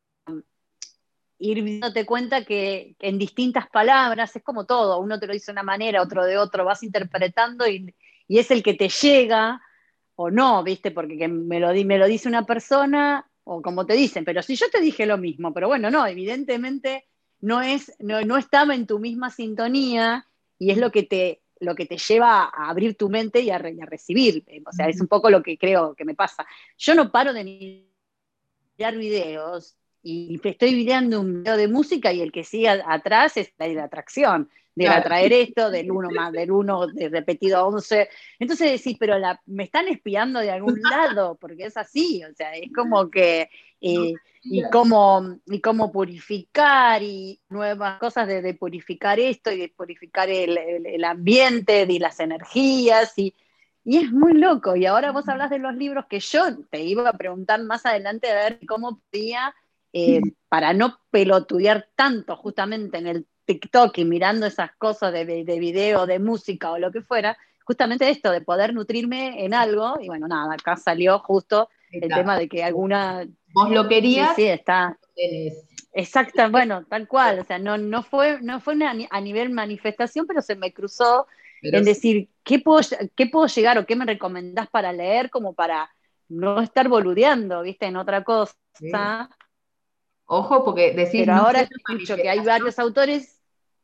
ir dándote cuenta que, que en distintas palabras es como todo, uno te lo dice de una manera, otro de otro, vas interpretando y, y es el que te llega o no, ¿viste? Porque que me, lo, di- me lo dice una persona o como te dicen, pero si yo te dije lo mismo, pero bueno, no, evidentemente no, es, no, no estaba en tu misma sintonía y es lo que te, lo que te lleva a abrir tu mente y a, re- y a recibir. O sea, es un poco lo que creo que me pasa. Yo no paro de mirar videos y estoy videando un video de música y el que sigue a- atrás es la de la atracción, de Claro. atraer esto, del uno más, del uno de repetido a once. Entonces decís, pero la, me están espiando de algún lado, porque es así, o sea, es como que, eh, y, cómo, y cómo purificar y nuevas cosas de, de purificar esto y de purificar el, el, el ambiente y las energías y y es muy loco. Y ahora vos hablas de los libros que yo te iba a preguntar más adelante a ver cómo podía, eh, para no pelotudear tanto justamente en el TikTok y mirando esas cosas de, de, de video, de música o lo que fuera, justamente esto de poder nutrirme en algo. Y bueno, nada, acá salió justo Ahí el está. tema de que alguna. Vos lo Sí, querías, sí, está. tenés. Exacta, bueno, tal cual, o sea, no, no fue, no fue una- a nivel manifestación, pero se me cruzó Pero en sí, decir, ¿qué puedo, qué puedo llegar o qué me recomendás para leer como para no estar boludeando, viste, en otra cosa? sí. Ojo, porque decís Pero no ahora fue una escucho que hay manifestación. varios autores.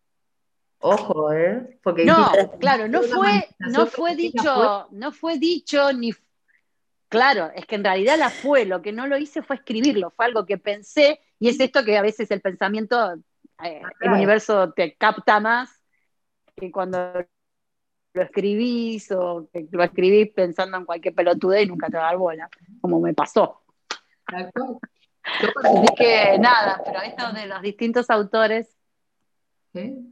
Ojo, ¿eh? Porque dijiste, No, no claro, fue no una fue, no manifestación, fue pero sí la fue. dicho, no fue dicho ni. Claro, es que en realidad la fue, lo que no lo hice fue escribirlo, fue algo que pensé, y es esto que a veces el pensamiento, eh, el Atrae. universo te capta más que cuando lo escribís o que lo escribís pensando en cualquier pelotude y nunca te va a dar bola, como me pasó. Tal cual. Yo Así particularmente, que nada, pero esto de los distintos autores ¿sí?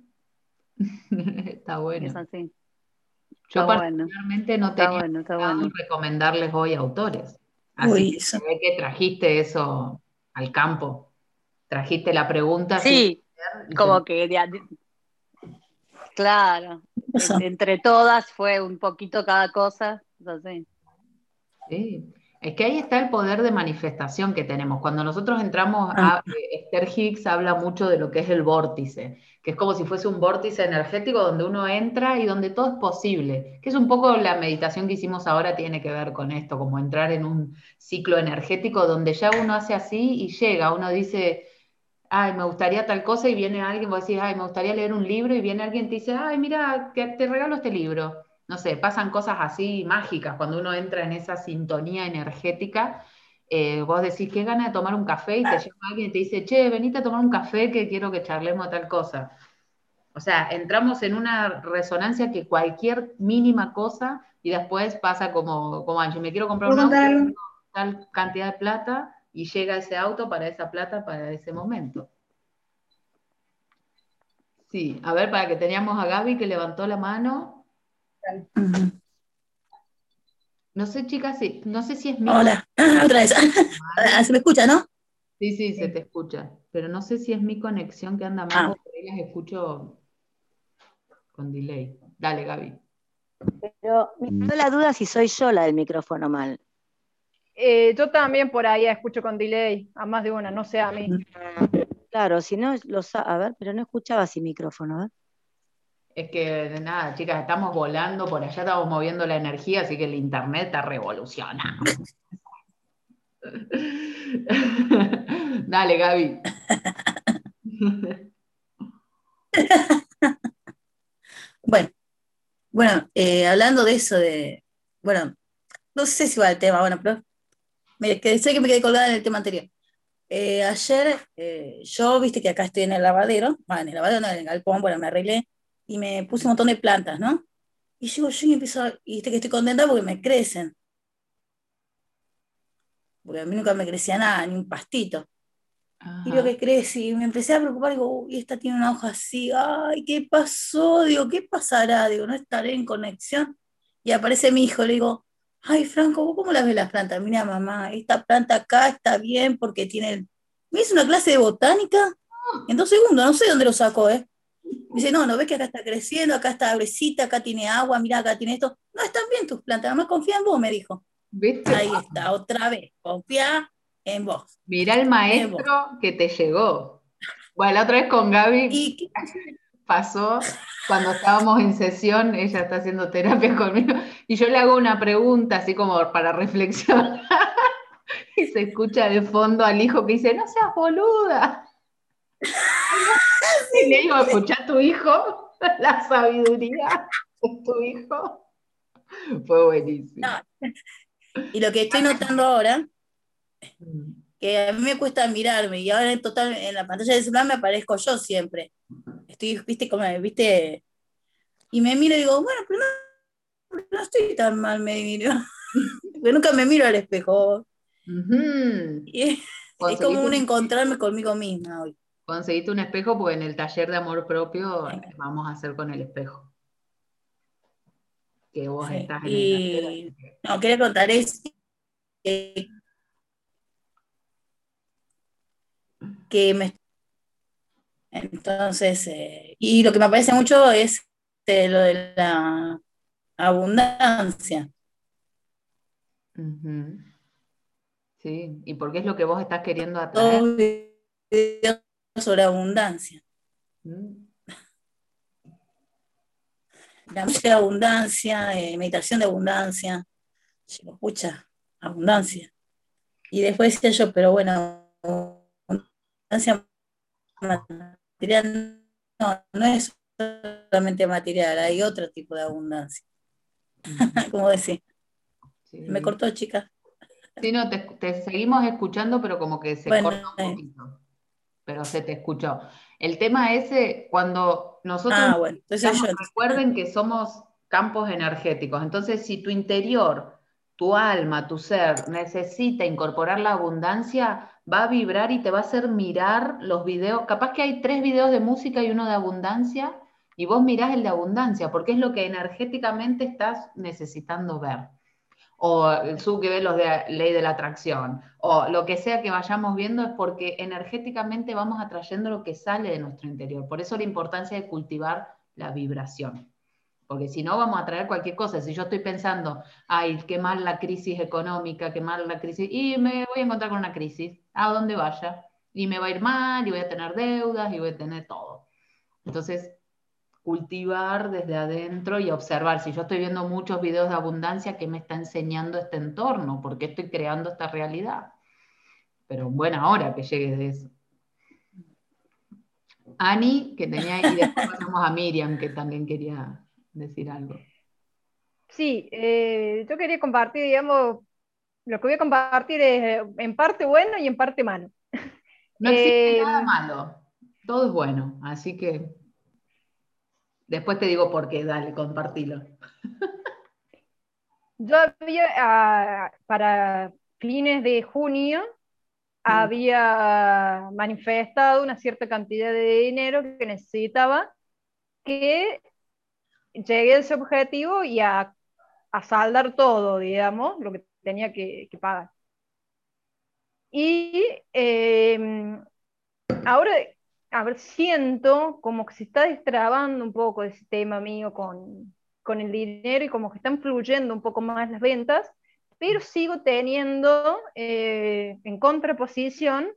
Está es bueno. así, está Yo bueno, particularmente no está tenía bueno, está pensado bueno. recomendarles hoy autores. Así Uy, que eso. se ve que trajiste eso al campo. Trajiste la pregunta sin Sí, leer y se. como que, de- de- claro, en- entre todas fue un poquito cada cosa. Entonces, Sí, es que ahí está el poder de manifestación que tenemos. Cuando nosotros entramos Ah, a eh, Esther Hicks habla mucho de lo que es el vórtice, que es como si fuese un vórtice energético donde uno entra y donde todo es posible, que es un poco la meditación que hicimos ahora tiene que ver con esto, como entrar en un ciclo energético donde ya uno hace así y llega, uno dice, ay, me gustaría tal cosa y viene alguien, vos decís, ay, me gustaría leer un libro y viene alguien y te dice, ay, mira, que te regalo este libro. No sé, pasan cosas así mágicas cuando uno entra en esa sintonía energética. Eh, vos decís, qué gana de tomar un café y te llama alguien y te dice, che, venite a tomar un café que quiero que charlemos tal cosa. O sea, entramos en una resonancia que cualquier mínima cosa y después pasa como, como Angie, me quiero comprar ¿Puedo un auto, contar algo? tal cantidad de plata y llega ese auto para esa plata para ese momento. Sí, a ver, para que teníamos a Gaby que levantó la mano. ujú. No sé, chicas, si, no sé si es mi Hola, otra vez. Ah, mal. ¿se me escucha, no? Sí, sí, se te escucha. Pero no sé si es mi conexión que anda mal Ah, o por ahí las escucho con delay. Dale, Gaby. Pero me quedó la duda si soy yo la del micrófono mal. Eh, yo también por ahí escucho con delay, a más de una, no sé a mí. Claro, si no, lo sa- a ver, pero no escuchaba sin micrófono, ¿eh? Es que de nada, chicas, estamos volando, por allá estamos moviendo la energía, así que el internet está revolucionado. Dale, Gaby. bueno, bueno, eh, hablando de eso de, bueno, no sé si va el tema, bueno, pero me quedé, sé que me quedé colgada en el tema anterior. Eh, ayer, eh, yo, viste que acá estoy en el lavadero, bueno, en el lavadero, no, en el galpón, bueno, me arreglé y me puse un montón de plantas, ¿no? Y llego yo y empiezo, a- y viste que estoy contenta porque me crecen, porque a mí nunca me crecía nada, ni un pastito. Y lo Ajá. que crece, y me empecé a preocupar, digo, uy, esta tiene una hoja así, ay, ¿qué pasó? Digo, ¿qué pasará? Digo, no estaré en conexión. Y aparece mi hijo, le digo, ay, Franco, ¿vos cómo las ves las plantas? Mira, mamá, esta planta acá está bien porque tiene... el-". Me hizo una clase de botánica en dos segundos, no sé dónde lo sacó, ¿eh? Me dice, no, no ves que acá está creciendo, acá está abrecita, acá tiene agua, mira, acá tiene esto. No, están bien tus plantas, mamá, confía en vos, me dijo. ¿Viste? Ahí está, otra vez, confía en vos, Mirá el en vos. maestro que te llegó. Bueno, la otra vez con Gaby ¿Y qué? pasó cuando estábamos en sesión, ella está haciendo terapia conmigo, y yo le hago una pregunta así como para reflexionar, y se escucha de fondo al hijo que dice, no seas boluda. Y le digo, escucha a tu hijo, la sabiduría de tu hijo. Fue buenísimo. No, y lo que estoy notando ahora, Mm. que a mí me cuesta mirarme, y ahora en total en la pantalla del celular me aparezco yo siempre. Estoy, viste, como, viste, y me miro y digo, bueno, pero no, no estoy tan mal, me miro. Porque nunca me miro al espejo. Ujú. Y es, es como Conseguiste un un, encontrarme conmigo misma hoy. conseguiste un espejo porque en el taller de amor propio vamos a hacer con el espejo, que vos Sí. estás en el taller, así Y que... no, quería contar es que, que me entonces, eh, y lo que me aparece mucho es eh, lo de la abundancia. Ujú. Sí, ¿y por qué es lo que vos estás queriendo atraer? Todos videos sobre abundancia. Mm. La música de abundancia, eh, meditación de abundancia. Digo, escucha, abundancia. Y después decía yo, pero bueno, abundancia material no, no es solamente material, hay otro tipo de abundancia. Ujú. Como decía, me Sí. cortó, chica. Sí, no, te, te seguimos escuchando, pero como que se Bueno, corta un eh, poquito, pero se te escuchó. El tema ese, cuando nosotros ah, bueno, entonces soy necesitamos, yo. Entonces. recuerden que somos campos energéticos, entonces si tu interior, tu alma, tu ser necesita incorporar la abundancia, va a vibrar y te va a hacer mirar los videos, capaz que hay tres videos de música y uno de abundancia, y vos mirás el de abundancia, porque es lo que energéticamente estás necesitando ver o su que ve los de ley de la atracción, o lo que sea que vayamos viendo es porque energéticamente vamos atrayendo lo que sale de nuestro interior. Por eso la importancia de cultivar la vibración. Porque si no vamos a traer cualquier cosa. Si yo estoy pensando, ay, qué mal la crisis económica, qué mal la crisis, y me voy a encontrar con una crisis, a donde vaya. Y me va a ir mal, y voy a tener deudas, y voy a tener todo. Entonces, cultivar desde adentro y observar. Si yo estoy viendo muchos videos de abundancia, ¿qué me está enseñando este entorno? ¿Por qué estoy creando esta realidad? Pero buena hora que llegues de eso. Ani, que tenía, y después pasamos a Miriam, que también quería decir algo. Sí, eh, yo quería compartir, digamos, lo que voy a compartir es eh, en parte bueno y en parte malo. No existe Eh, nada malo, todo es bueno, así que después te digo por qué, dale, compartilo. yo había, ah, para fines de junio, había manifestado una cierta cantidad de dinero que necesitaba que llegue a ese objetivo y a, a saldar todo, digamos, lo que tenía que, que pagar. Y eh, ahora, a ver, siento como que se está destrabando un poco ese tema mío con, con el dinero y como que están fluyendo un poco más las ventas, pero sigo teniendo eh, en contraposición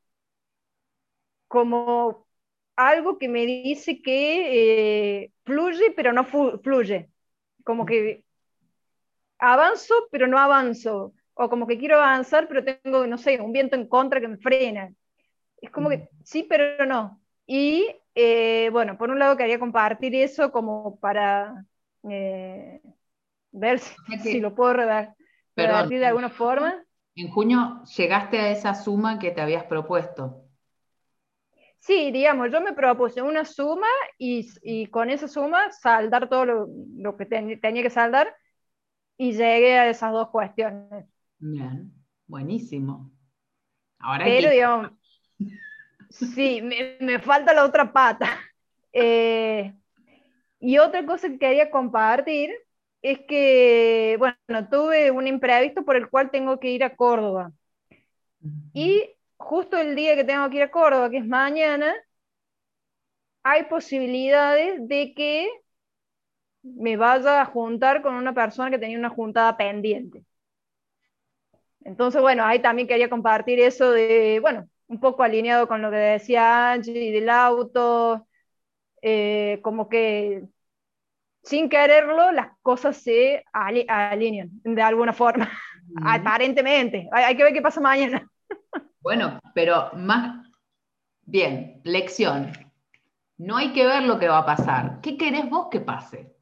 como algo que me dice que eh, fluye, pero no fluye. Como que avanzo, pero no avanzo. O como que quiero avanzar, pero tengo, no sé, un viento en contra que me frena. Es como que sí, pero no. Y eh, bueno, por un lado quería compartir eso como para eh, ver si, O sea si que, lo puedo revertir perdón, de alguna forma. en junio llegaste a esa suma que te habías propuesto. Sí, digamos, yo me propuse una suma y, y con esa suma saldar todo lo, lo que ten, tenía que saldar y llegué a esas dos cuestiones. Bien, buenísimo. Ahora hay que Pero, ir. digamos, sí, me, me falta la otra pata. Eh, y otra cosa que quería compartir es que, bueno, tuve un imprevisto por el cual tengo que ir a Córdoba. Y justo el día que tengo que ir a Córdoba, que es mañana, hay posibilidades de que me vaya a juntar con una persona que tenía una juntada pendiente. Entonces, bueno, ahí también quería compartir eso de, bueno, un poco alineado con lo que decía Angie del auto, eh, como que sin quererlo las cosas se ali alinean de alguna forma, Uh-huh. aparentemente. Hay, hay que ver qué pasa mañana. Bueno, pero más bien, lección. No hay que ver lo que va a pasar. ¿Qué querés vos que pase?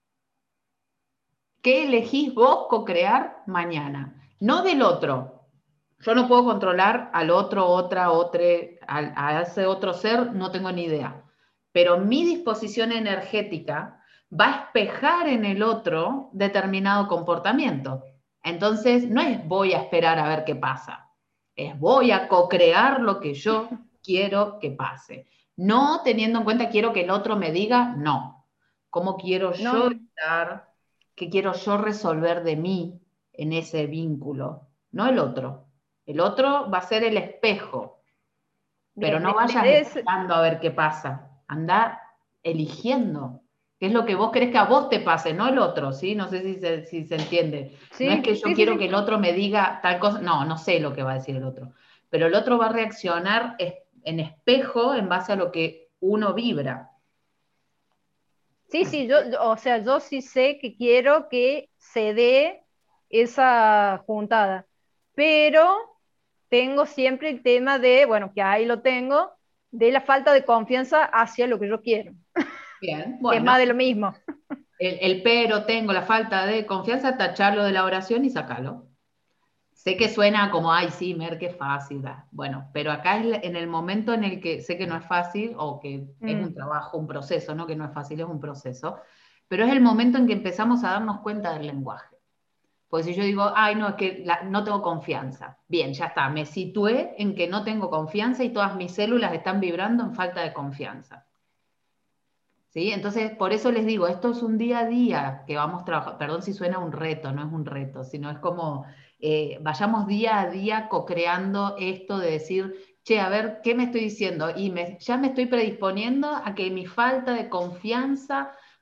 ¿Qué elegís vos co-crear mañana? No del otro. Yo no puedo controlar al otro, otra, otra, a, a ese otro ser, no tengo ni idea. Pero mi disposición energética va a espejar en el otro determinado comportamiento. Entonces, no es voy a esperar a ver qué pasa. Es voy a co-crear lo que yo quiero que pase. No teniendo en cuenta quiero que el otro me diga no. ¿Cómo quiero yo No, estar? ¿Qué quiero yo resolver de mí en ese vínculo? No el otro. El otro va a ser el espejo, pero bien, no de, vayas de ese, esperando a ver qué pasa. Anda eligiendo qué es lo que vos querés que a vos te pase, no el otro, ¿sí? No sé si se, si se entiende. No es sí, que yo sí, sí, quiero que sí. el otro me diga tal cosa, no, no sé lo que va a decir el otro, pero el otro va a reaccionar en espejo en base a lo que uno vibra. Sí, sí, yo, yo, o sea, yo sí sé que quiero que se dé esa juntada, pero tengo siempre el tema de, bueno, que ahí lo tengo, de la falta de confianza hacia lo que yo quiero, Bien, que es bueno. más de lo mismo. El, el pero, tengo, la falta de confianza, tacharlo de la oración y sacarlo. Sé que suena como, ay, sí, Mer, qué fácil. Da. Bueno, pero acá es en el momento en el que sé que no es fácil o que es un Mm. trabajo, un proceso, no que no es fácil, es un proceso, pero es el momento en que empezamos a darnos cuenta del lenguaje. Pues si yo digo, ay, no, es que la, no tengo confianza. Bien, ya está, me situé en que no tengo confianza y todas mis células están vibrando en falta de confianza. ¿Sí? Entonces, por eso les digo, esto es un día a día que vamos trabajando, perdón si suena un reto, no es un reto, sino es como eh, vayamos día a día co-creando esto de decir, che, a ver, ¿qué me estoy diciendo? Y me, ya me estoy predisponiendo a que mi falta de confianza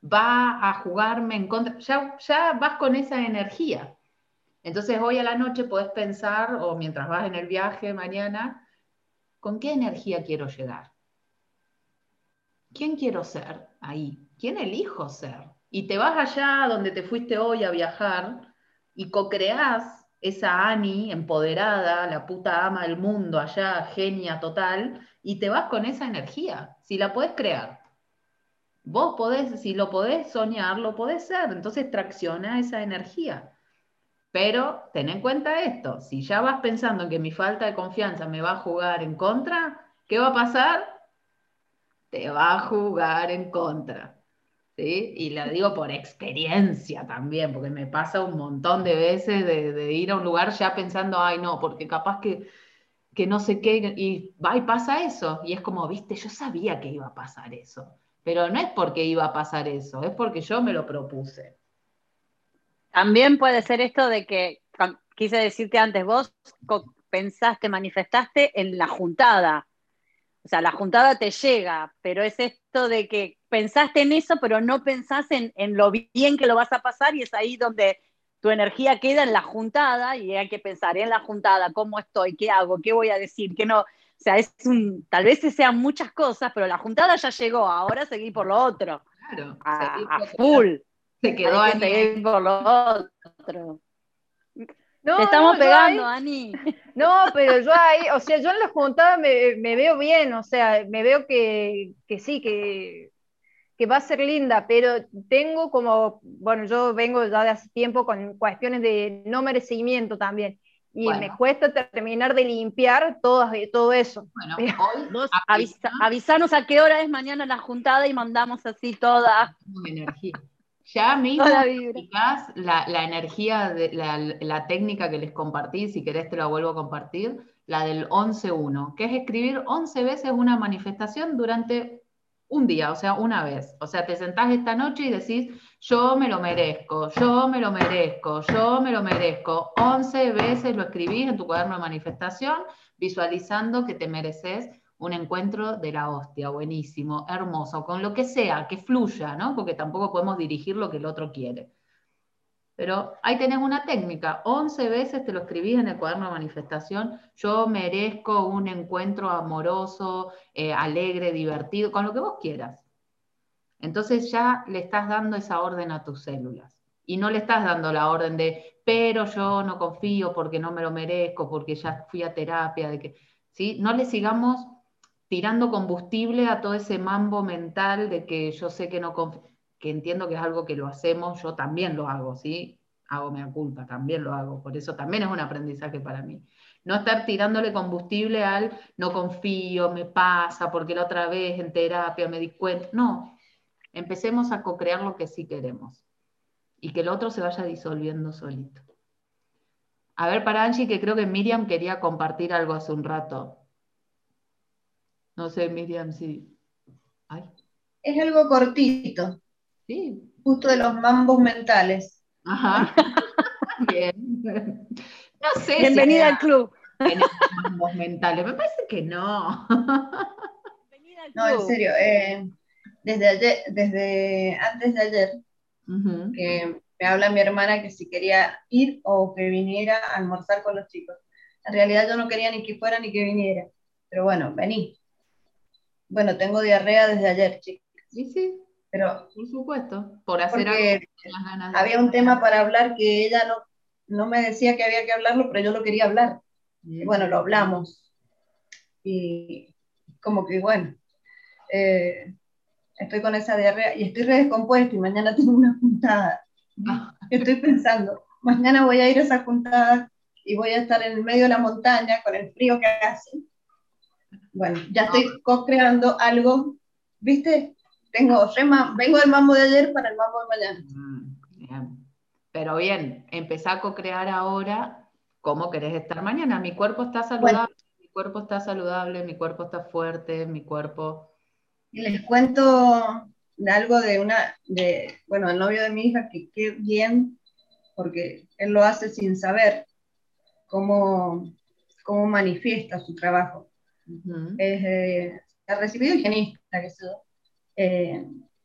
va a jugarme en contra, ya, ya vas con esa energía. Entonces hoy a la noche podés pensar, o mientras vas en el viaje mañana, ¿con qué energía quiero llegar? ¿Quién quiero ser ahí? ¿Quién elijo ser? Y te vas allá donde te fuiste hoy a viajar y co-creás esa Ani empoderada, la puta ama del mundo allá, genia total, y te vas con esa energía, si la podés crear. Vos podés, si lo podés soñar, lo podés ser, entonces tracciona esa energía. Pero ten en cuenta esto, si ya vas pensando que mi falta de confianza me va a jugar en contra, ¿qué va a pasar? Te va a jugar en contra, ¿sí? Y lo digo por experiencia también, porque me pasa un montón de veces de, de ir a un lugar ya pensando, ay no, porque capaz que, que no sé qué, y va y pasa eso, y es como, viste, yo sabía que iba a pasar eso, pero no es porque iba a pasar eso, es porque yo me lo propuse. También puede ser esto de que, com- quise decirte antes, vos co- pensaste, manifestaste en la juntada. O sea, la juntada te llega, pero es esto de que pensaste en eso, pero no pensás en, en lo bien que lo vas a pasar, y es ahí donde tu energía queda en la juntada, y hay que pensar en la juntada, cómo estoy, qué hago, qué voy a decir, qué no. O sea, es un, tal vez sean muchas cosas, pero la juntada ya llegó, ahora seguí por lo otro, Claro, seguí a, a co-creando. full, Se quedó hay que Ani ahí. seguir por lo otro. No, Te no, estamos yo ahí, pegando, Ani. no, pero yo ahí, o sea, yo en la juntada me, me veo bien, o sea, me veo que, que sí, que, que va a ser linda, pero tengo como, bueno, yo vengo ya de hace tiempo con cuestiones de no merecimiento también, y me Bueno, cuesta terminar de limpiar todo, todo eso. bueno, Pero, hoy Vos aplica avisa, avisanos a qué hora es mañana la juntada y mandamos así toda, energía. Ya toda mismo la vibra. aplicás la, la energía, de, la, la técnica que les compartí, si querés te la vuelvo a compartir, la del once uno, que es escribir once veces una manifestación durante un día, o sea, una vez. O sea, te sentás esta noche y decís, yo me lo merezco, yo me lo merezco, yo me lo merezco. once veces lo escribís en tu cuaderno de manifestación, visualizando que te mereces un encuentro de la hostia, buenísimo, hermoso, con lo que sea, que fluya, ¿no? Porque tampoco podemos dirigir lo que el otro quiere. Pero ahí tenés una técnica, once veces te lo escribís en el cuaderno de manifestación, yo merezco un encuentro amoroso, eh, alegre, divertido, con lo que vos quieras. Entonces ya le estás dando esa orden a tus células. Y no le estás dando la orden de, pero yo no confío porque no me lo merezco, porque ya fui a terapia, de que, ¿sí? No le sigamos tirando combustible a todo ese mambo mental de que yo sé que no confío, que entiendo que es algo que lo hacemos, yo también lo hago, ¿sí? Hago mea culpa, también lo hago, por eso también es un aprendizaje para mí. No estar tirándole combustible al no confío, me pasa, porque la otra vez en terapia me di cuenta. No, empecemos a co-crear lo que sí queremos y que el otro se vaya disolviendo solito. A ver, para Angie, que creo que Miriam quería compartir algo hace un rato. No sé, Miriam, si... Ay, Es algo cortito, sí. justo de los mambos mentales. Ajá, bien. No sé si Bienvenida al club. tenemos mambos mentales, me parece que no. Bienvenida al No, en club. serio, eh, desde ayer, desde antes de ayer, Ujú. que me habla mi hermana que si quería ir o que viniera a almorzar con los chicos. En realidad yo no quería ni que fuera ni que viniera, pero bueno, vení. Bueno, tengo diarrea desde ayer, chicos, Y sí, pero por supuesto, por hacer algo porque que tenías ganas de había hacer. un tema para hablar que ella no, no me decía que había que hablarlo, pero yo lo quería hablar. Y Mm. bueno, lo hablamos. Y como que bueno, eh, estoy con esa diarrea y estoy re descompuesta y mañana tengo una juntada. Ah, Estoy pensando, mañana voy a ir a esa juntada y voy a estar en el medio de la montaña con el frío que hace. Bueno, ya no, estoy co-creando algo, ¿viste? Tengo rema, vengo del mambo de ayer para el mambo de mañana. mm, bien. Pero bien, empezá a co-crear ahora cómo querés estar mañana. Mi cuerpo está Bueno, saludable, mi cuerpo está saludable, mi cuerpo está fuerte, mi cuerpo... y les cuento de algo de una, de, bueno, el novio de mi hija, que qué bien, porque él lo hace sin saber cómo, cómo manifiesta su trabajo. Ujú. Es, eh, ha recibido higienista, que sé yo. Eh,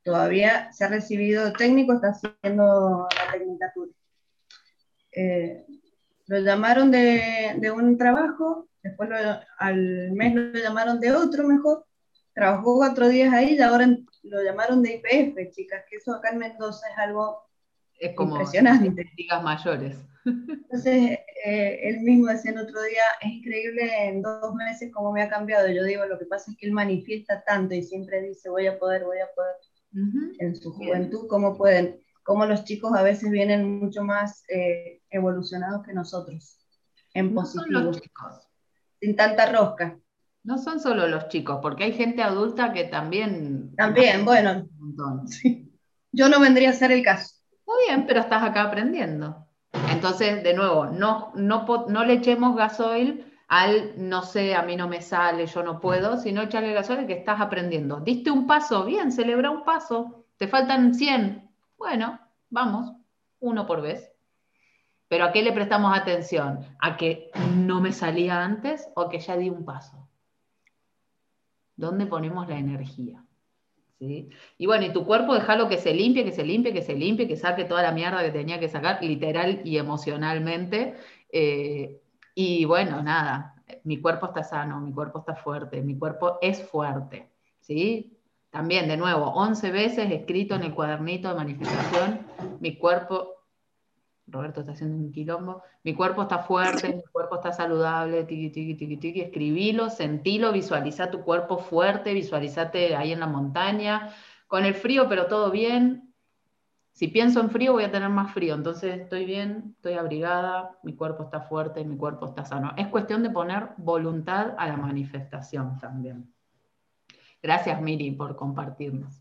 todavía se ha recibido técnico, está haciendo la tecnicatura. Eh, lo llamaron de, de un trabajo, después lo, al mes lo llamaron de otro mejor, trabajó cuatro días ahí y ahora lo llamaron de I P F, chicas, que eso acá en Mendoza es algo Es como impresionante. ligas mayores. Entonces, eh, él mismo decía el otro día, es increíble en dos meses cómo me ha cambiado. Yo digo, lo que pasa es que él manifiesta tanto y siempre dice, voy a poder, voy a poder. Uh-huh. En su Bien. juventud, cómo pueden, cómo los chicos a veces vienen mucho más eh, evolucionados que nosotros, en No son positivo, los chicos. sin tanta rosca. No son solo los chicos, porque hay gente adulta que también... También, bueno, sí. Yo no vendría a ser el caso. Muy bien, pero estás acá aprendiendo. Entonces, de nuevo, no, no, no le echemos gasoil al no sé, a mí no me sale, yo no puedo, sino echarle gasoil que estás aprendiendo. ¿Diste un paso? Bien, celebra un paso. ¿Te faltan cien? Bueno, vamos, uno por vez. ¿Pero a qué le prestamos atención? ¿A que no me salía antes o que ya di un paso? ¿Dónde ponemos la energía? ¿Sí? Y bueno, y tu cuerpo déjalo que se limpie, que se limpie, que se limpie, que saque toda la mierda que tenía que sacar, literal y emocionalmente. Eh, y bueno, nada, mi cuerpo está sano, mi cuerpo está fuerte, mi cuerpo es fuerte. ¿Sí? También, de nuevo, once veces escrito en el cuadernito de manifestación, mi cuerpo... Roberto está haciendo un quilombo, mi cuerpo está fuerte, mi cuerpo está saludable, tiqui, tiqui, tiqui, tiqui, escribilo, sentilo, visualiza tu cuerpo fuerte, visualizate ahí en la montaña, con el frío, pero todo bien. Si pienso en frío, voy a tener más frío, entonces estoy bien, estoy abrigada, mi cuerpo está fuerte, mi cuerpo está sano. Es cuestión de poner voluntad a la manifestación también. Gracias, Miri, por compartirnos.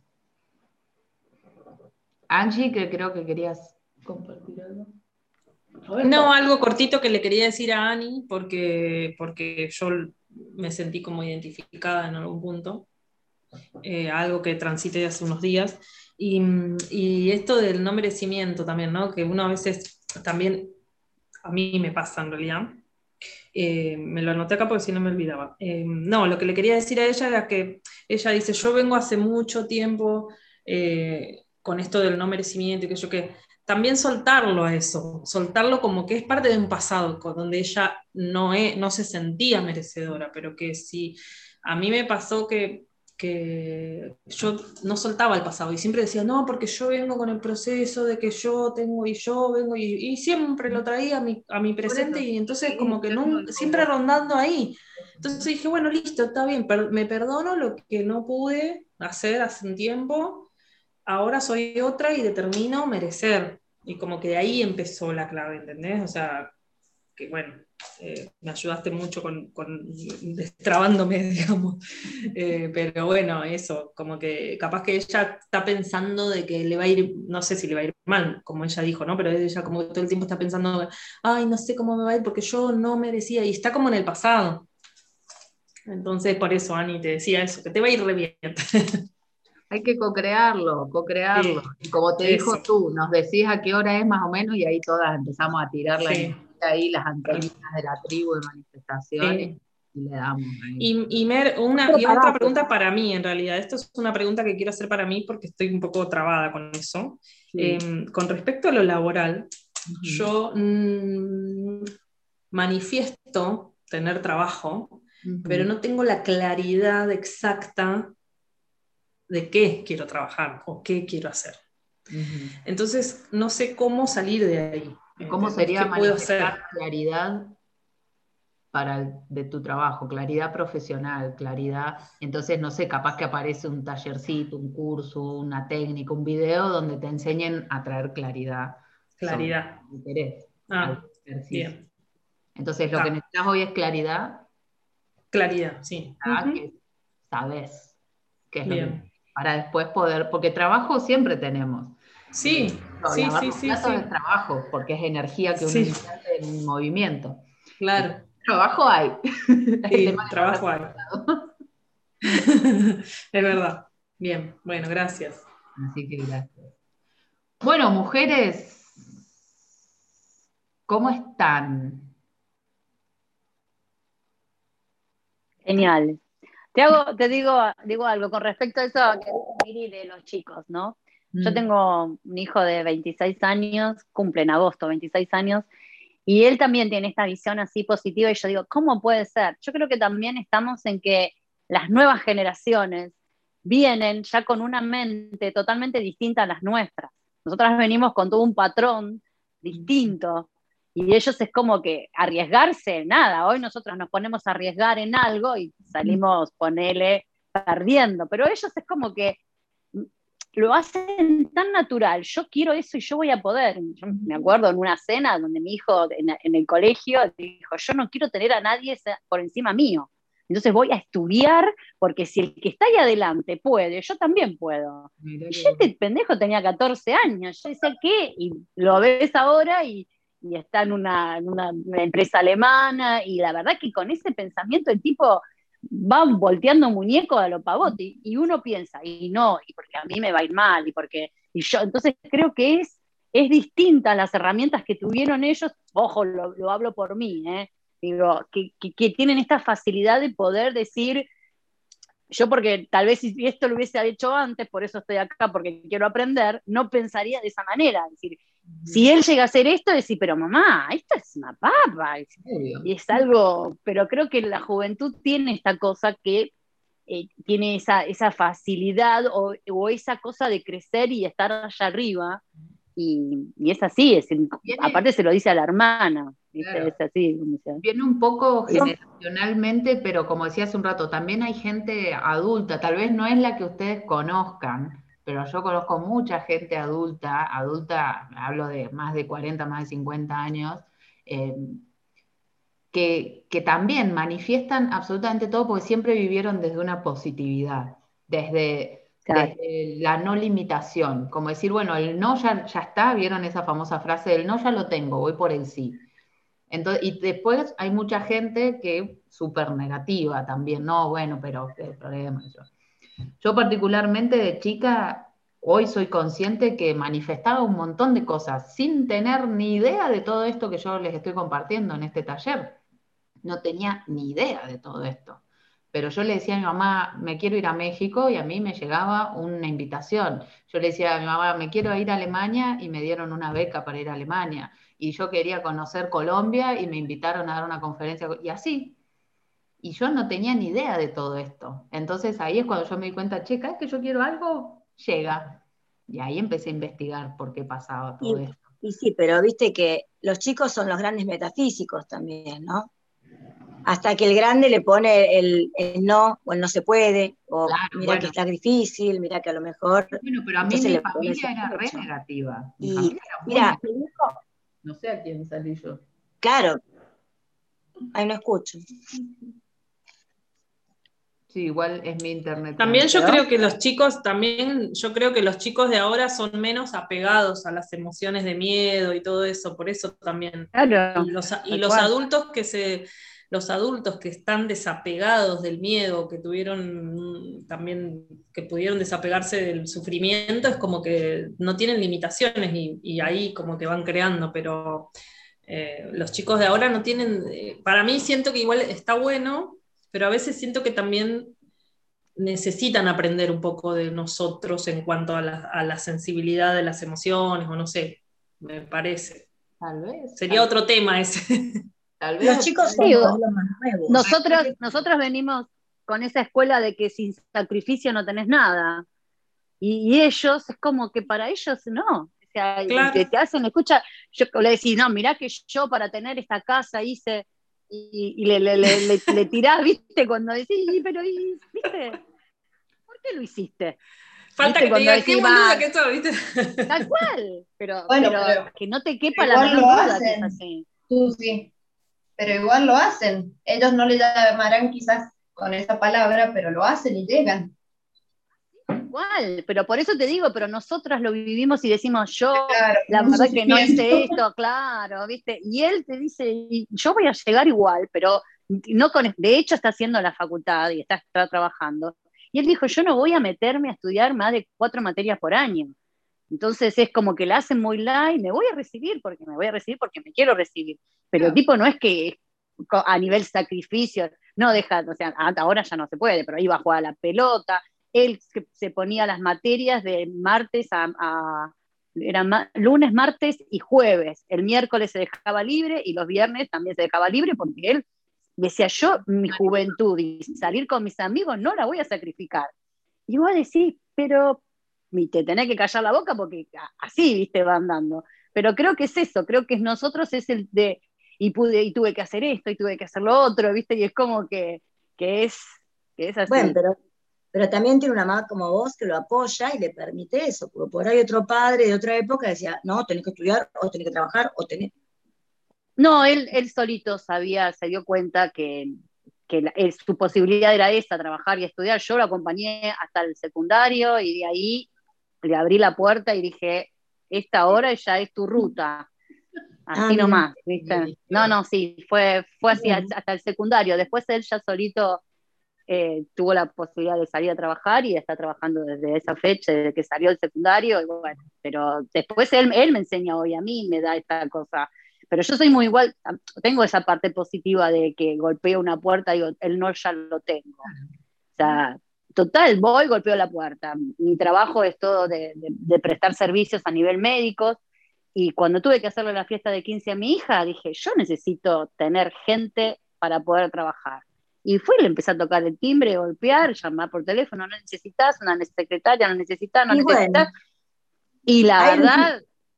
Angie, que creo que querías compartir algo. Roberto. No, algo cortito que le quería decir a Ani, porque, porque yo me sentí como identificada en algún punto, eh, algo que transité hace unos días, y, y esto del no merecimiento también, ¿no? Que uno a veces también, a mí me pasa en realidad, eh, me lo anoté acá porque si no me olvidaba. Eh, no, lo que le quería decir a ella era que ella dice, yo vengo hace mucho tiempo eh, con esto del no merecimiento y que yo que también soltarlo a eso, soltarlo como que es parte de un pasado donde ella no, es, no se sentía merecedora, pero que si a mí me pasó que, que yo no soltaba el pasado y siempre decía, no, porque yo vengo con el proceso de que yo tengo y yo vengo y, y siempre lo traía a mi, a mi presente y entonces como que no, siempre rondando ahí. Entonces dije, bueno, listo, está bien, per, me perdono lo que no pude hacer hace un tiempo, ahora soy otra y determino merecer. Y como que de ahí empezó la clave, ¿entendés? O sea, que bueno, eh, me ayudaste mucho con, con destrabándome, digamos. Eh, pero bueno, eso, como que capaz que ella está pensando de que le va a ir, no sé si le va a ir mal, como ella dijo, ¿no? Pero ella como que todo el tiempo está pensando, ay, no sé cómo me va a ir porque yo no merecía, y está como en el pasado. Entonces, por eso, Ani, te decía eso, que te va a ir re bien. Hay que co-crearlo, co-crearlo. Sí, y como te eso. dijo tú, nos decís a qué hora es más o menos y ahí todas empezamos a tirar la Sí. energía ahí, las antenitas de la tribu de manifestaciones Sí. y le damos ahí. Y, y, Mer, una, y otra pregunta para mí, en realidad. Esto es una pregunta que quiero hacer para mí porque estoy un poco trabada con eso. Sí. Eh, con respecto a lo laboral, Uh-huh. yo mmm, manifiesto tener trabajo, uh-huh. pero no tengo la claridad exacta de qué quiero trabajar o qué quiero hacer. Uh-huh. Entonces, no sé cómo salir de ahí. ¿Cómo sería ¿Qué puedo hacer? Claridad para el, de tu trabajo, claridad profesional, claridad, entonces no sé, capaz que aparece un tallercito, un curso, una técnica, un video donde te enseñen a traer claridad. Claridad. Sobre interés, ah, bien. Entonces lo ah. que necesitas hoy es claridad. Claridad, sí. Uh-huh. Que sabes qué es bien. lo que, para después poder, porque trabajo siempre tenemos. Sí, no, sí, lavar sí, los sí, platos sí. es trabajo, porque es energía que uno sí. invierte en movimiento. Claro. Trabajo hay. Sí, trabajo hay. Es verdad. Bien, bueno, gracias. Así que gracias. Bueno, mujeres, ¿cómo están? Genial. Te hago, te digo, digo algo con respecto a eso que Miri de los chicos, ¿no? Yo Mm. tengo un hijo de veintiséis años, cumple en agosto veintiséis años, y él también tiene esta visión así positiva, y yo digo, ¿cómo puede ser? Yo creo que también estamos en que las nuevas generaciones vienen ya con una mente totalmente distinta a las nuestras. Nosotras venimos con todo un patrón distinto, y ellos es como que arriesgarse, nada, hoy nosotros nos ponemos a arriesgar en algo y salimos, ponele, perdiendo, pero ellos es como que lo hacen tan natural, yo quiero eso y yo voy a poder. Yo me acuerdo en una cena donde mi hijo en, en el colegio dijo, yo no quiero tener a nadie por encima mío, entonces voy a estudiar porque si el que está ahí adelante puede, yo también puedo. Mirá Y qué yo bueno. este pendejo tenía catorce años, yo decía, ¿qué? Y lo ves ahora y, y está en una, en una, una empresa alemana, y la verdad que con ese pensamiento el tipo va volteando muñecos a lo pavote, y uno piensa, y no, y porque a mí me va a ir mal, y porque, y yo, entonces creo que es, es distinta las herramientas que tuvieron ellos, ojo, lo, lo hablo por mí, ¿eh? Digo, que, que, que tienen esta facilidad de poder decir, yo porque tal vez si esto lo hubiese hecho antes, por eso estoy acá, porque quiero aprender, no pensaría de esa manera, es decir, si él llega a hacer esto, decir, pero mamá, esto es una papa, Obvio. y es algo, pero creo que la juventud tiene esta cosa que eh, tiene esa, esa facilidad o, o esa cosa de crecer y estar allá arriba, y, y es así, es, Viene, aparte se lo dice a la hermana, ¿viste? claro, Es así, como sea. viene un poco Es- generacionalmente, pero como decía hace un rato, también hay gente adulta, tal vez no es la que ustedes conozcan, pero yo conozco mucha gente adulta, adulta, hablo de más de cuarenta, más de cincuenta años, eh, que, que también manifiestan absolutamente todo porque siempre vivieron desde una positividad, desde, claro. desde la no limitación, como decir, bueno, el no ya, ya está, vieron esa famosa frase del no ya lo tengo, voy por el sí. Entonces, y después hay mucha gente que súper negativa también, no, bueno, pero qué problema. Yo, yo particularmente de chica, hoy soy consciente que manifestaba un montón de cosas sin tener ni idea de todo esto que yo les estoy compartiendo en este taller. No tenía ni idea de todo esto. Pero yo le decía a mi mamá, me quiero ir a México, y a mí me llegaba una invitación. Yo le decía a mi mamá, me quiero ir a Alemania, y me dieron una beca para ir a Alemania. Y yo quería conocer Colombia y me invitaron a dar una conferencia, y así. Y yo no tenía ni idea de todo esto. Entonces ahí es cuando yo me di cuenta, che, cada vez que yo quiero algo, llega. Y ahí empecé a investigar por qué pasaba todo Y, esto. y sí, pero viste que los chicos son los grandes metafísicos también, ¿no? Hasta que el grande le pone el, el no, o el no se puede, o Claro, mira que bueno. está difícil, mira que a lo mejor, Bueno, pero a mí entonces mi le pone ese familia era re pecho. negativa. Mi Y familia era muy mira, negativa. No sé a quién salí yo. claro, ahí no escucho. Sí, igual es mi internet. También yo ¿Quedó? creo que los chicos, también yo creo que los chicos de ahora son menos apegados a las emociones de miedo y todo eso, por eso también. Claro, Y los, y tal los cual. adultos que se, los adultos que están desapegados del miedo, que tuvieron mm, también, que pudieron desapegarse del sufrimiento, es como que no tienen limitaciones y, y ahí como que van creando, pero eh, los chicos de ahora no tienen, eh, para mí siento que igual está bueno, pero a veces siento que también necesitan aprender un poco de nosotros en cuanto a la, a la sensibilidad de las emociones, o no sé, me parece. Tal vez. Sería Tal, otro tema ese. tal Los vez. chicos son Sí, modelos más nuevos. nosotros, nosotros venimos con esa escuela de que sin sacrificio no tenés nada. Y, y ellos, es como que para ellos no. O sea, te, Claro. te hacen, escucha, yo le decís, no, mirá que yo para tener esta casa hice, y, y le, le, le, le, le tirás, ¿viste? Cuando decís, pero, y, ¿viste? ¿Por qué lo hiciste? Falta ¿Viste? que te Cuando diga, qué decís, boluda va, que sos, ¿viste? tal cual, pero, Bueno, pero pero, que no te pero quepa la igual menor lo duda que es hacen, así. tú sí, pero igual lo hacen. Ellos no le llamarán quizás con esa palabra, pero lo hacen y llegan. Igual, pero por eso te digo, pero nosotras lo vivimos y decimos, yo Claro, la con un verdad que no hice sufrimiento. esto, claro, ¿viste? Y él te dice, y yo voy a llegar igual, pero no con, de hecho está haciendo la facultad y está, está trabajando. Y él dijo, yo no voy a meterme a estudiar más de cuatro materias por año. Entonces es como que la hacen muy light, me voy a recibir porque me voy a recibir porque me quiero recibir. Pero el Claro. tipo no es que a nivel sacrificio, no deja, o sea, ahora ya no se puede, pero iba a jugar a la pelota, él se, se ponía las materias de martes a, a era ma, lunes, martes y jueves, el miércoles se dejaba libre y los viernes también se dejaba libre porque él decía, yo mi juventud y salir con mis amigos no la voy a sacrificar. Y vos decís, pero y te tenés que callar la boca porque así, viste, va andando. Pero creo que es eso, creo que nosotros es el de, y pude, y tuve que hacer esto, y tuve que hacer lo otro, viste, y es como que, que es, que es así. Bueno, pero, pero también tiene una mamá como vos que lo apoya y le permite eso, porque por ahí otro padre de otra época decía, no, tenés que estudiar, o tenés que trabajar, o tenés... No, él, él solito sabía, se dio cuenta que, que la, él, su posibilidad era esa, trabajar y estudiar. Yo lo acompañé hasta el secundario y de ahí le abrí la puerta y dije, esta hora ya es tu ruta. Así ah, nomás, ¿viste? No, no, sí, fue, fue así hasta el secundario. Después él ya solito eh, tuvo la posibilidad de salir a trabajar y está trabajando desde esa fecha, desde que salió el secundario, y bueno, pero después él, él me enseña hoy a mí, me da esta cosa. Pero yo soy muy igual, tengo esa parte positiva de que golpeo una puerta y digo, el no ya lo tengo. O sea, total, voy, golpeo la puerta. Mi trabajo es todo de, de, de prestar servicios a nivel médico. Y cuando tuve que hacerle la fiesta de quince a mi hija, dije, yo necesito tener gente para poder trabajar. Y fui, le empecé a tocar el timbre, golpear, llamar por teléfono, no necesitas una secretaria, no necesitas, no y necesitas. Bueno, y la Ay, verdad,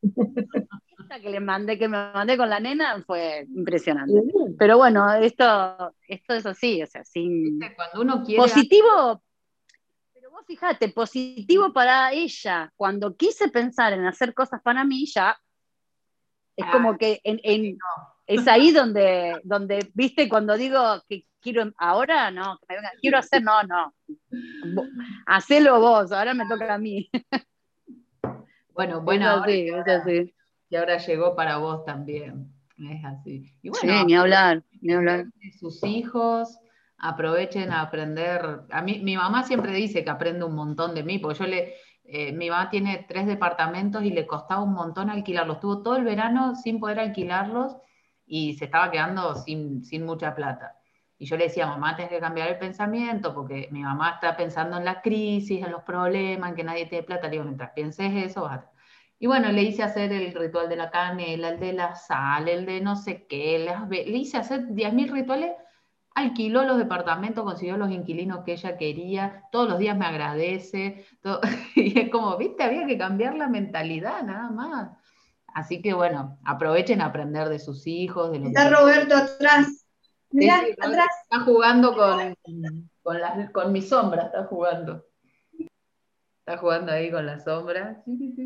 la que le mandé, que me mandé con la nena fue impresionante. Sí. Pero bueno, esto, esto es así, o sea, sin cuando uno quiere positivo. Pero vos fijate, positivo para ella. Cuando quise pensar en hacer cosas para mí, ya es ah, como que en, en, no. es ahí donde, donde, viste, cuando digo que quiero ahora, no, que me venga, quiero hacer, no, no. Hacelo vos, ahora me toca a mí. Bueno, bueno, ahora, así, ahora, así. Y ahora llegó para vos también. Es así. Y bueno, sí, ni hablar, ni hablar. Sus hijos aprovechen a aprender. A mí, mi mamá siempre dice que aprende un montón de mí, porque yo le, eh, mi mamá tiene tres departamentos y le costaba un montón alquilarlos. Tuvo todo el verano sin poder alquilarlos y se estaba quedando sin, sin mucha plata. Y yo le decía, mamá, tenés que cambiar el pensamiento, porque mi mamá está pensando en la crisis, en los problemas, en que nadie tiene plata. Le digo, mientras pienses eso, vas a... Y bueno, le hice hacer el ritual de la canela, el de la sal, el de no sé qué, las, le hice hacer diez mil rituales, alquiló los departamentos, consiguió los inquilinos que ella quería, todos los días me agradece, todo, y es como, viste, había que cambiar la mentalidad, nada más. Así que bueno, aprovechen a aprender de sus hijos. De los Está Roberto atrás. Mirá, sí, sí, atrás. Está jugando con, con, la, con mi sombra, está jugando. Está jugando ahí con la sombra.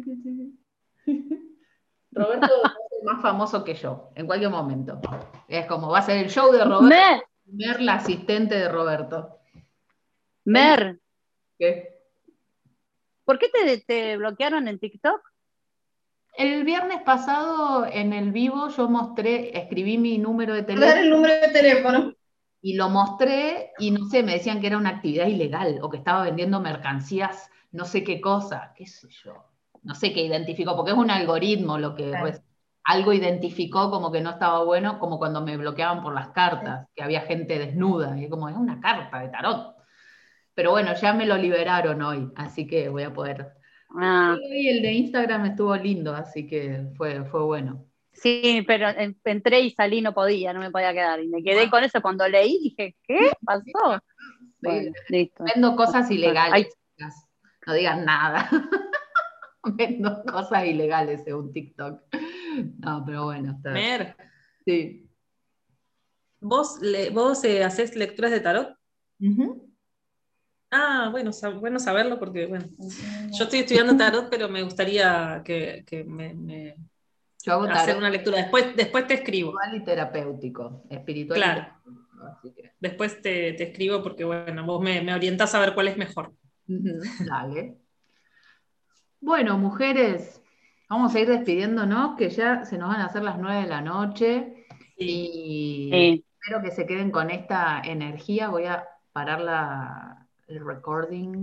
Roberto va a ser más famoso que yo, en cualquier momento. Es como, va a ser el show de Roberto. Mer, Mer la asistente de Roberto. Mer. ¿Qué? ¿Por qué te, te bloquearon en TikTok? El viernes pasado, en el vivo, yo mostré, escribí mi número de teléfono. Dar el número de teléfono. Y lo mostré, y no sé, me decían que era una actividad ilegal, o que estaba vendiendo mercancías, no sé qué cosa, qué sé yo. No sé qué identificó, porque es un algoritmo lo que claro. pues, algo identificó como que no estaba bueno, como cuando me bloqueaban por las cartas, que había gente desnuda, y como, es una carta de tarot. Pero bueno, ya me lo liberaron hoy, así que voy a poder. Ah. Y el de Instagram estuvo lindo, así que fue, fue bueno. Sí, pero entré y salí, no podía, no me podía quedar. Y me quedé bueno. con eso cuando leí, dije, ¿qué pasó? Sí. Bueno, listo. Vendo cosas ilegales, Ay. no digan nada. Vendo cosas ilegales según TikTok. No, pero bueno. Está. Mer. Sí. ¿Vos, le, vos eh, hacés lecturas de tarot? Uh-huh. Ah, bueno, sab bueno saberlo porque, bueno, yo estoy estudiando tarot, pero me gustaría que, que me, me yo hago hacer tarot. Una lectura. Después, después te escribo. Espiritual y terapéutico. Espiritual claro. y terapéutico, así que... Después te, te escribo porque, bueno, vos me, me orientás a ver cuál es mejor. Uh-huh. Dale. Bueno, mujeres, vamos a ir despidiéndonos, que ya se nos van a hacer las nueve de la noche. Sí. Y sí. Espero que se queden con esta energía. Voy a parar la, el recording.